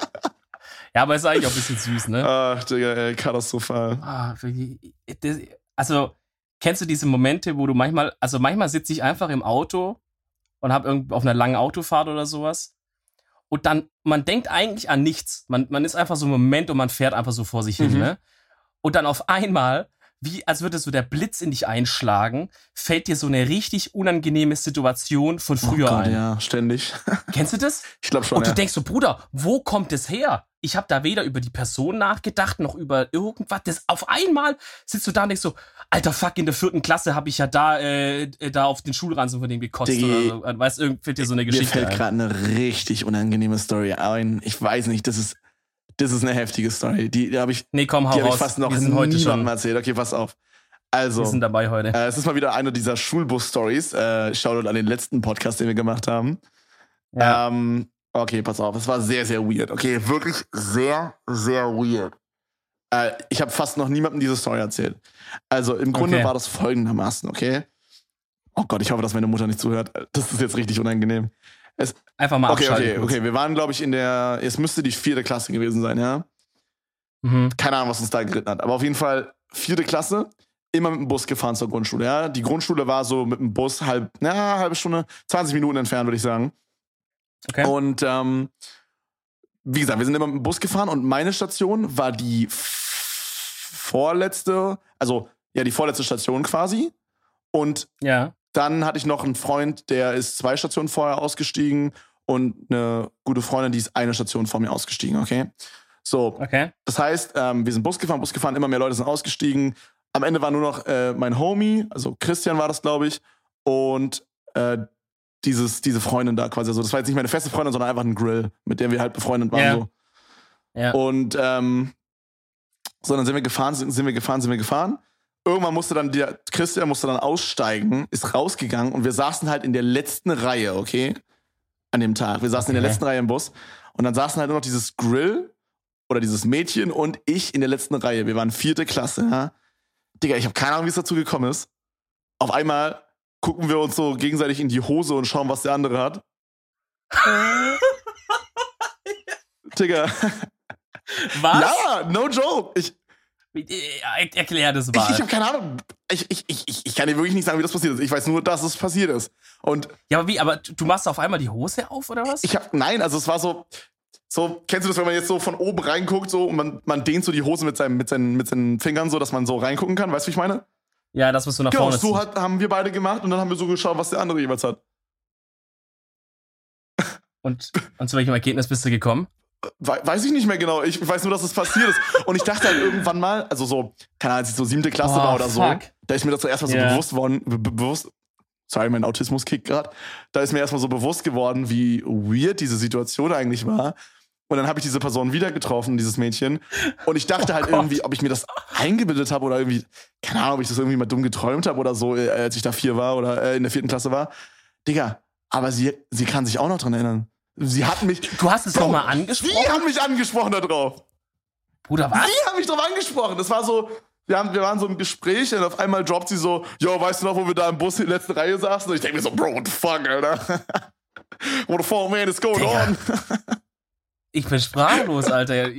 Ja, aber ist eigentlich auch ein bisschen süß, ne? Ach, Digga, ey, katastrophal. Ah, wirklich, das, also, kennst du diese Momente, wo du manchmal, also manchmal sitze ich einfach im Auto und habe irgendwie auf einer langen Autofahrt oder sowas und dann, man denkt eigentlich an nichts. Man, man ist einfach so im Moment und man fährt einfach so vor sich hin, Mhm. ne? Und dann auf einmal, wie als würde so der Blitz in dich einschlagen, fällt dir so eine richtig unangenehme Situation von früher oh Gott, ein. ja, ständig. Kennst du das? Ich glaube schon, Und du ja. denkst so, Bruder, wo kommt es her? Ich habe da weder über die Person nachgedacht, noch über irgendwas. Das auf einmal sitzt du da und denkst so, alter Fuck, in der vierten Klasse habe ich ja da, äh, äh, da auf den Schulranzen von dem gekotzt Diggi, oder so. Weißt du, fällt dir so eine Mir Geschichte fällt ein. gerade eine richtig unangenehme Story ein. Ich weiß nicht, das ist, das ist eine heftige Story. Die, die habe ich, Nee, komm, hau die hab ich raus. fast noch Wir sind heute niemandem schon, erzählt. Okay, pass auf. Also, wir sind dabei heute. äh, es ist mal wieder eine dieser Schulbus-Stories. Äh, Shoutout an den letzten Podcast, den wir gemacht haben. Ja. Ähm, okay, pass auf. Es war sehr, sehr weird. Okay, wirklich sehr, sehr weird. Äh, ich habe fast noch niemandem diese Story erzählt. Also, im Grunde Okay. war das folgendermaßen, okay? Oh Gott, ich hoffe, dass meine Mutter nicht zuhört. Das ist jetzt richtig unangenehm. Es, Einfach mal okay, abschalten. okay, kurz. okay. Wir waren, glaube ich, in der, es müsste die vierte Klasse gewesen sein, ja? Mhm. Keine Ahnung, was uns da geritten hat. Aber auf jeden Fall vierte Klasse, immer mit dem Bus gefahren zur Grundschule, ja? Die Grundschule war so mit dem Bus halb, na, halbe Stunde, zwanzig Minuten entfernt, würde ich sagen. Okay. Und ähm, wie gesagt, wir sind immer mit dem Bus gefahren und meine Station war die f- vorletzte, also ja, die vorletzte Station quasi. Und Ja. dann hatte ich noch einen Freund, der ist zwei Stationen vorher ausgestiegen und eine gute Freundin, die ist eine Station vor mir ausgestiegen, okay? So, Okay. das heißt, ähm, wir sind Bus gefahren, Bus gefahren, immer mehr Leute sind ausgestiegen. Am Ende war nur noch äh, mein Homie, also Christian war das, glaube ich, und äh, dieses, diese Freundin da quasi. Also das war jetzt nicht meine feste Freundin, sondern einfach ein Grill, mit der wir halt befreundet waren. Ja. So. Ja. Und ähm, so, dann sind wir gefahren, sind, sind wir gefahren, sind wir gefahren. Irgendwann musste dann der Christian musste dann aussteigen, ist rausgegangen und wir saßen halt in der letzten Reihe, okay? An dem Tag. Wir saßen in der Okay. letzten Reihe im Bus und dann saßen halt nur noch dieses Grill oder dieses Mädchen und ich in der letzten Reihe. Wir waren vierte Klasse, ja? Digga, ich habe keine Ahnung, wie es dazu gekommen ist. Auf einmal gucken wir uns so gegenseitig in die Hose und schauen, was der andere hat. Digga. Was? Ja, no joke. Ich, Er- Erklär das ich, mal. ich habe keine Ahnung. Ich, ich, ich, ich kann dir wirklich nicht sagen, wie das passiert ist. Ich weiß nur, dass es passiert ist. Und Ja, aber wie? Aber du machst auf einmal die Hose auf, oder was? ich habe, nein, also es war so, so, kennst du das, wenn man jetzt so von oben reinguckt, so, und man, man dehnt so die Hose mit, seinem, mit, seinen, mit seinen Fingern so, dass man so reingucken kann, weißt du, wie ich meine? Ja, das musst du nach Genau, vorne so ziehen. hat, haben wir beide gemacht und dann haben wir so geschaut, was der andere jeweils hat. Und, und zu welchem Ergebnis bist du gekommen? We weiß ich nicht mehr genau. Ich weiß nur, dass es passiert ist. Und ich dachte halt irgendwann mal, also so, keine Ahnung, als ich so siebte Klasse Oh, war oder so, fuck. da ist mir das so erstmal so Ja. bewusst worden, be bewusst, sorry, mein Autismus kickt gerade, da ist mir erstmal so bewusst geworden, wie weird diese Situation eigentlich war. Und dann habe ich diese Person wieder getroffen, dieses Mädchen. Und ich dachte Oh halt Gott. irgendwie, ob ich mir das eingebildet habe oder irgendwie, keine Ahnung, ob ich das irgendwie mal dumm geträumt habe oder so, äh, als ich da vier war oder äh, in der vierten Klasse war. Digga, aber sie, sie kann sich auch noch dran erinnern. Sie hat mich. Du hast es Bro, nochmal angesprochen? Sie haben mich angesprochen da drauf. Bruder, was? Sie haben mich drauf angesprochen. Das war so, wir, haben, wir waren so im Gespräch und auf einmal droppt sie so, yo, weißt du noch, wo wir da im Bus in der letzten Reihe saßen? Und ich denke mir so, Bro, what the fuck, Alter? What the fuck, man, is going Digga. on? Ich bin sprachlos, Alter.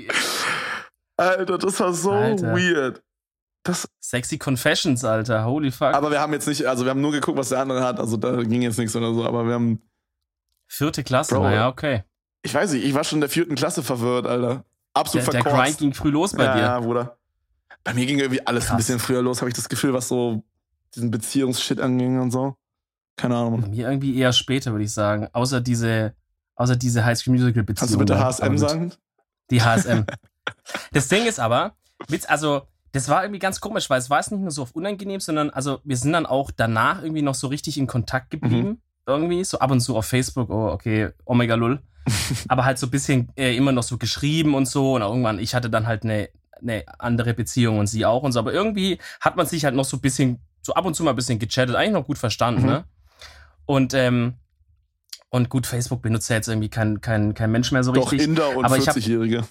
Alter, das war so Alter. weird. Das, Sexy Confessions, Alter. Holy fuck. aber wir haben jetzt nicht, also wir haben nur geguckt, was der andere hat. Also da ging jetzt nichts oder so, aber wir haben, Vierte Klasse, Bro. naja, okay. ich weiß nicht, ich war schon in der vierten Klasse verwirrt, Alter. Absolut Der, der verkorkst. Grind ging früh los bei ja, dir. ja, Bruder. Bei mir ging irgendwie alles Krass. ein bisschen früher los, habe ich das Gefühl, was so diesen Beziehungsshit anging und so. Keine Ahnung. Bei mir irgendwie eher später, würde ich sagen. Außer diese, außer diese High School Musical Beziehung. Kannst du bitte da. H S M Aber gut. sagen? Die H S M. Das Ding ist aber, Witz, also, das war irgendwie ganz komisch, weil es war es nicht nur so auf unangenehm, sondern also wir sind dann auch danach irgendwie noch so richtig in Kontakt geblieben. Mhm. Irgendwie, so ab und zu auf Facebook, oh, okay, Omega Lull. Aber halt so ein bisschen äh, immer noch so geschrieben und so. Und irgendwann, ich hatte dann halt eine, eine andere Beziehung und sie auch und so. Aber irgendwie hat man sich halt noch so ein bisschen, so ab und zu mal ein bisschen gechattet, eigentlich noch gut verstanden, Mhm. ne? Und, ähm, und gut, Facebook benutzt ja jetzt irgendwie kein, kein, kein Mensch mehr so Doch, richtig. Inder und Aber ich hab- vierzig-Jährige.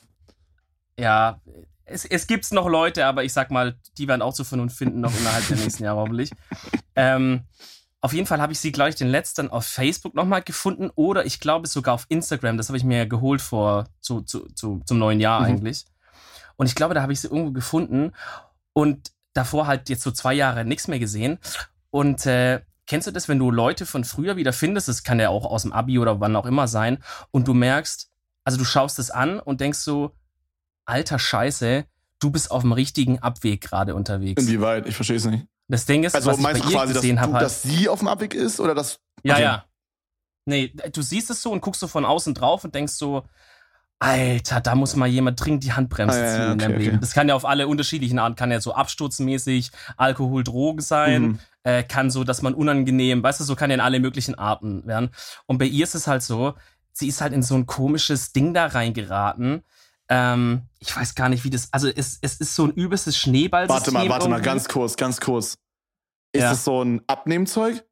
Ja, es, es gibt's noch Leute, aber ich sag mal, die werden auch zur Vernunft finden, noch innerhalb der nächsten Jahre hoffentlich. Ähm, auf jeden Fall habe ich sie, glaube ich, den letzten auf Facebook nochmal gefunden oder ich glaube sogar auf Instagram. Das habe ich mir ja geholt vor zu, zu, zu, zum neuen Jahr Mhm. eigentlich. Und ich glaube, da habe ich sie irgendwo gefunden und davor halt jetzt so zwei Jahre nichts mehr gesehen. Und äh, kennst du das, wenn du Leute von früher wieder findest? Das kann ja auch aus dem Abi oder wann auch immer sein. Und du merkst, also du schaust es an und denkst so, alter Scheiße, du bist auf dem richtigen Abweg gerade unterwegs. Inwieweit? Ich verstehe es nicht. Das Ding ist, Also was ich meinst bei du ihr quasi, dass, gesehen habe, du, halt, dass sie auf dem Abweg ist oder dass. ja, okay. ja. Nee, du siehst es so und guckst so von außen drauf und denkst so, Alter, da muss mal jemand dringend die Handbremse Ah, ja, ziehen ja, in deinem okay, Leben. okay. Das kann ja auf alle unterschiedlichen Arten, kann ja so absturzmäßig, Alkohol, Drogen sein, Mhm. äh, kann so, dass man unangenehm, weißt du, so kann ja in alle möglichen Arten werden. Und bei ihr ist es halt so, sie ist halt in so ein komisches Ding da reingeraten. Ähm, ich weiß gar nicht, wie das, also es, es ist so ein übelstes Schneeballsystem. Warte mal, warte mal, irgendwie. ganz kurz, ganz kurz. Ist Ja. das so ein Abnehmzeug?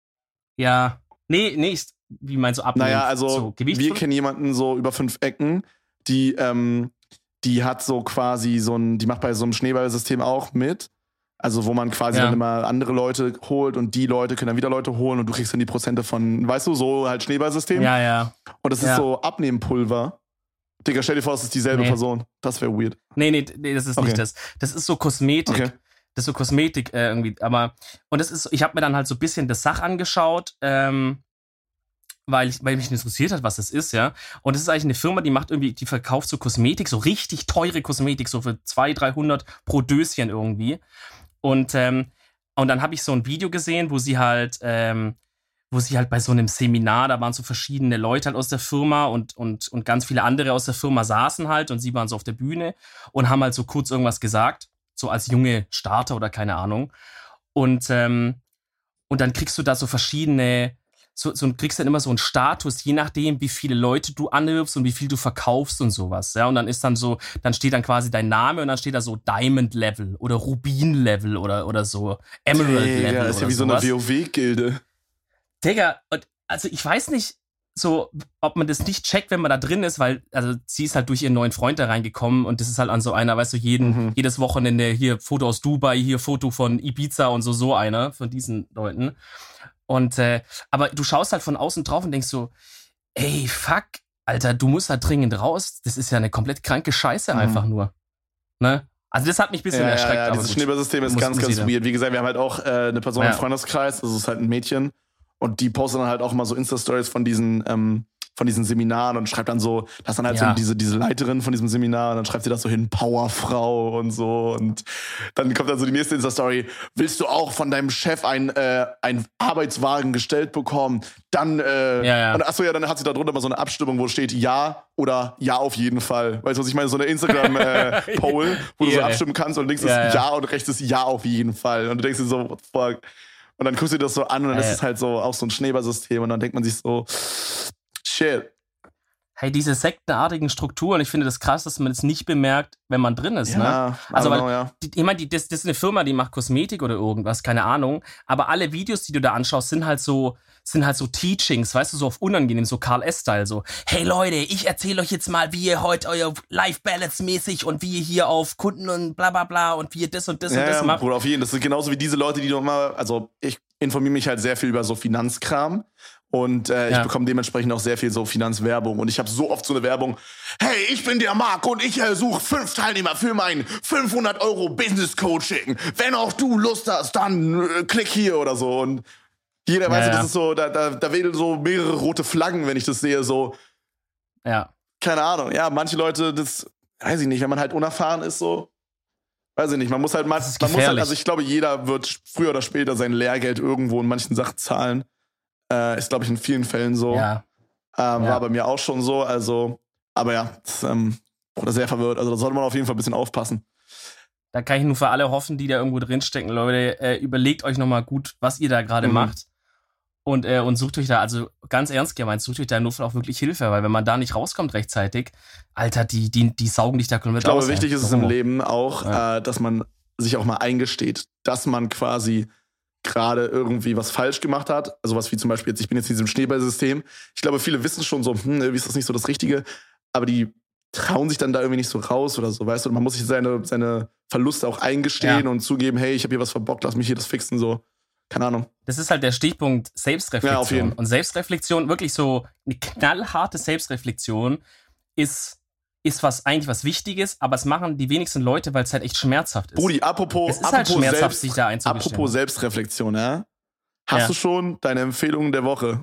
Ja. Nee, nee, ich, wie meinst du abnehmen? Naja, also so, Gewicht wir kennen jemanden so über fünf Ecken, die, ähm, die hat so quasi so ein, die macht bei so einem Schneeballsystem auch mit. Also wo man quasi Ja. dann immer andere Leute holt und die Leute können dann wieder Leute holen und du kriegst dann die Prozente von, weißt du, so halt Schneeballsystem. Ja, ja. Und das ist Ja. so Abnehmpulver. Digga, stell dir vor, es ist dieselbe Nee. Person. Das wäre weird. Nee, nee, nee, das ist Okay. nicht das. Das ist so Kosmetik. Okay. Das ist so Kosmetik äh, irgendwie. Aber, und das ist, so- ich habe mir dann halt so ein bisschen das Sach angeschaut, ähm, weil, ich, weil mich interessiert hat, was das ist, ja. Und das ist eigentlich eine Firma, die macht irgendwie, die verkauft so Kosmetik, so richtig teure Kosmetik, so für zweihundert, dreihundert pro Döschen irgendwie. Und, ähm, und dann habe ich so ein Video gesehen, wo sie halt, ähm, wo sie halt bei so einem Seminar, da waren so verschiedene Leute halt aus der Firma und, und, und ganz viele andere aus der Firma saßen halt und sie waren so auf der Bühne und haben halt so kurz irgendwas gesagt, so als junge Starter oder keine Ahnung. Und, ähm, und dann kriegst du da so verschiedene, so, so kriegst dann immer so einen Status, je nachdem, wie viele Leute du anwirbst und wie viel du verkaufst und sowas. Ja, und dann ist dann so, dann steht dann quasi dein Name und dann steht da so Diamond Level oder Rubin Level oder, oder so Emerald Digga, Level. ist ja oder wie so eine sowas. WoW-Gilde. Digga, und also ich weiß nicht, so, ob man das nicht checkt, wenn man da drin ist, weil, also sie ist halt durch ihren neuen Freund da reingekommen und das ist halt an so einer, weißt du, jeden, Mhm. jedes Wochenende hier Foto aus Dubai, hier Foto von Ibiza und so, so einer von diesen Leuten. Und, äh, aber du schaust halt von außen drauf und denkst so, ey, fuck, Alter, du musst halt dringend raus. Das ist ja eine komplett kranke Scheiße Mhm. einfach nur. Ne? Also das hat mich ein bisschen Ja, erschreckt. ja, ja, aber dieses gut. Schneeballsystem ist Muss- ganz, muss ganz jeder. weird. Wie gesagt, wir haben halt auch äh, eine Person Ja. im Freundeskreis, das ist halt ein Mädchen. Und die postet dann halt auch immer so Insta-Stories von diesen, ähm, von diesen Seminaren und schreibt dann so, das ist dann halt Ja. so diese, diese Leiterin von diesem Seminar und dann schreibt sie das so hin, Powerfrau und so und dann kommt dann so die nächste Insta-Story, willst du auch von deinem Chef ein, äh, ein Arbeitswagen gestellt bekommen? Dann, äh, Ja, ja. und achso, ja, dann hat sie da drunter mal so eine Abstimmung, wo steht ja oder ja auf jeden Fall. Weißt du, was ich meine? So eine Instagram-Poll, äh, wo du so Ja. abstimmen kannst und links Ja, ist ja. ja und rechts ist ja auf jeden Fall. Und du denkst dir so, what the fuck? Und dann guckst du dir das so an und dann Äh. ist es halt so auch so ein Schneeballsystem und dann denkt man sich so, shit. Hey, diese sektenartigen Strukturen, ich finde das krass, dass man das nicht bemerkt, wenn man drin ist, ne? Ja, Also, I don't weil, know, ja. die, ich meine, die, das, das ist eine Firma, die macht Kosmetik oder irgendwas, keine Ahnung. Aber alle Videos, die du da anschaust, sind halt so, sind halt so Teachings, weißt du, so auf unangenehm, so Karl S-Style, so, hey Leute, ich erzähle euch jetzt mal, wie ihr heute euer Life-Balance mäßig und wie ihr hier auf Kunden und bla bla bla und wie ihr das und das Ja, und das ja, macht. Bruder, auf jeden Fall. Das sind genauso wie diese Leute, die doch mal, also ich informiere mich halt sehr viel über so Finanzkram und äh, Ja. ich bekomme dementsprechend auch sehr viel so Finanzwerbung und ich habe so oft so eine Werbung, hey, ich bin der Marc und ich äh, suche fünf Teilnehmer für mein fünfhundert Euro Business Coaching. Wenn auch du Lust hast, dann äh, klick hier oder so und jeder weiß, Ja, das ja. ist so, da, da, da wedeln so mehrere rote Flaggen, wenn ich das sehe, so, Ja. keine Ahnung, ja, manche Leute, das weiß ich nicht, wenn man halt unerfahren ist, so, weiß ich nicht, man muss halt mal, Das ist man muss halt, gefährlich. also ich glaube, jeder wird früher oder später sein Lehrgeld irgendwo in manchen Sachen zahlen. Äh, ist, glaube ich, in vielen Fällen so. Ja. Ähm, Ja. War bei mir auch schon so, also, aber ja, das, ähm, oder sehr verwirrt, also da sollte man auf jeden Fall ein bisschen aufpassen. Da kann ich nur für alle hoffen, die da irgendwo drinstecken, Leute, äh, überlegt euch nochmal gut, was ihr da gerade Mhm. macht. Und, äh, und sucht euch da, also ganz ernst gemeint, sucht euch da nur auch wirklich Hilfe, weil wenn man da nicht rauskommt rechtzeitig, Alter, die, die, die saugen dich da komplett Ich glaube, aus. wichtig ey. ist es im Warum? Leben auch, Ja. äh, dass man sich auch mal eingesteht, dass man quasi gerade irgendwie was falsch gemacht hat. Also was wie zum Beispiel jetzt, ich bin jetzt in diesem Schneeballsystem. Ich glaube, viele wissen schon so, hm, irgendwie ist das nicht so das Richtige, aber die trauen sich dann da irgendwie nicht so raus oder so, weißt du? Und man muss sich seine, seine Verluste auch eingestehen Ja. und zugeben, hey, ich habe hier was verbockt, lass mich hier das fixen, so. Keine Ahnung. Das ist halt der Stichpunkt Selbstreflexion. Ja, auf jeden. Und Selbstreflexion, wirklich so eine knallharte Selbstreflexion, ist, ist was eigentlich was Wichtiges, aber es machen die wenigsten Leute, weil es halt echt schmerzhaft ist. Brudi, apropos, es ist halt apropos, schmerzhaft, selbst, sich da einzugestehen. apropos Selbstreflexion, ja? Hast Ja. du schon deine Empfehlung der Woche?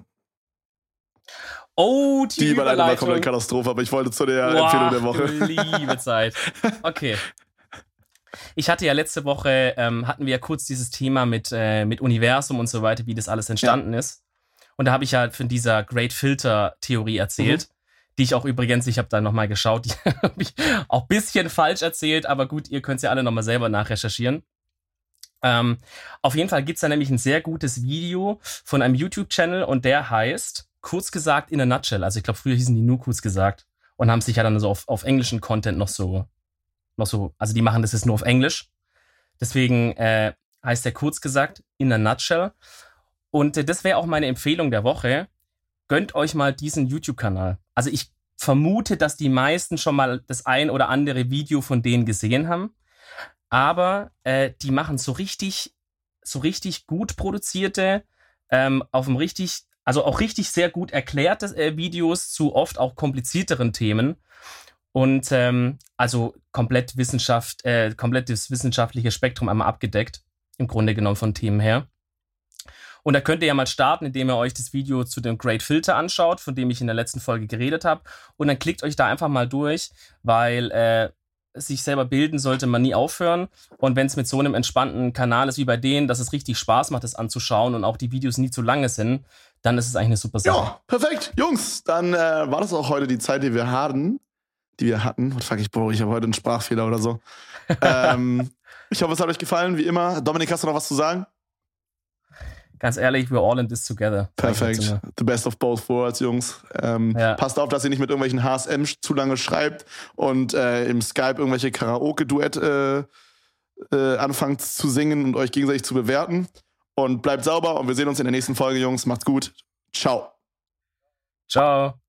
Oh, die, Die Überleitung war komplett Überleitung. Katastrophe, aber ich wollte zu der Boah, Empfehlung der Woche. du liebe Zeit. Okay. Ich hatte ja letzte Woche, ähm, hatten wir ja kurz dieses Thema mit, äh, mit Universum und so weiter, wie das alles entstanden ist. Und da habe ich ja von dieser Great Filter Theorie erzählt, Mhm. die ich auch übrigens, ich habe da nochmal geschaut, die habe ich auch ein bisschen falsch erzählt, aber gut, ihr könnt es ja alle nochmal selber nachrecherchieren. Ähm, auf jeden Fall gibt's da nämlich ein sehr gutes Video von einem YouTube-Channel und der heißt, kurz gesagt, in a nutshell. Also ich glaube, früher hießen die nur kurz gesagt und haben sich ja dann so auf, auf englischen Content noch so, noch so, also die machen das jetzt nur auf Englisch. Deswegen äh, heißt der kurz gesagt, in a nutshell. Und äh, das wäre auch meine Empfehlung der Woche. Gönnt euch mal diesen YouTube-Kanal. Also ich vermute, dass die meisten schon mal das ein oder andere Video von denen gesehen haben. Aber äh, die machen so richtig, so richtig gut produzierte, ähm, auf dem richtig, also auch richtig sehr gut erklärte äh, Videos zu oft auch komplizierteren Themen. Und ähm, also komplett Wissenschaft, äh, komplettes wissenschaftliche Spektrum einmal abgedeckt, im Grunde genommen von Themen her. Und da könnt ihr ja mal starten, indem ihr euch das Video zu dem Great Filter anschaut, von dem ich in der letzten Folge geredet habe. Und dann klickt euch da einfach mal durch, weil äh, sich selber bilden sollte man nie aufhören. Und wenn es mit so einem entspannten Kanal ist wie bei denen, dass es richtig Spaß macht, das anzuschauen und auch die Videos nie zu lange sind, dann ist es eigentlich eine super Sache. Ja, perfekt. Jungs, dann äh, war das auch heute die Zeit, die wir hatten. Die wir hatten. What fuck, ich, Bro, ich habe heute einen Sprachfehler oder so. ähm, ich hoffe, es hat euch gefallen, wie immer. Dominik, hast du noch was zu sagen? Ganz ehrlich, we're all in this together. Perfekt. The best of both worlds, Jungs. Ähm, Ja. Passt auf, dass ihr nicht mit irgendwelchen H S M zu lange schreibt und äh, im Skype irgendwelche Karaoke-Duett äh, äh, anfangt zu singen und euch gegenseitig zu bewerten. Und bleibt sauber und wir sehen uns in der nächsten Folge, Jungs. Macht's gut. Ciao. Ciao.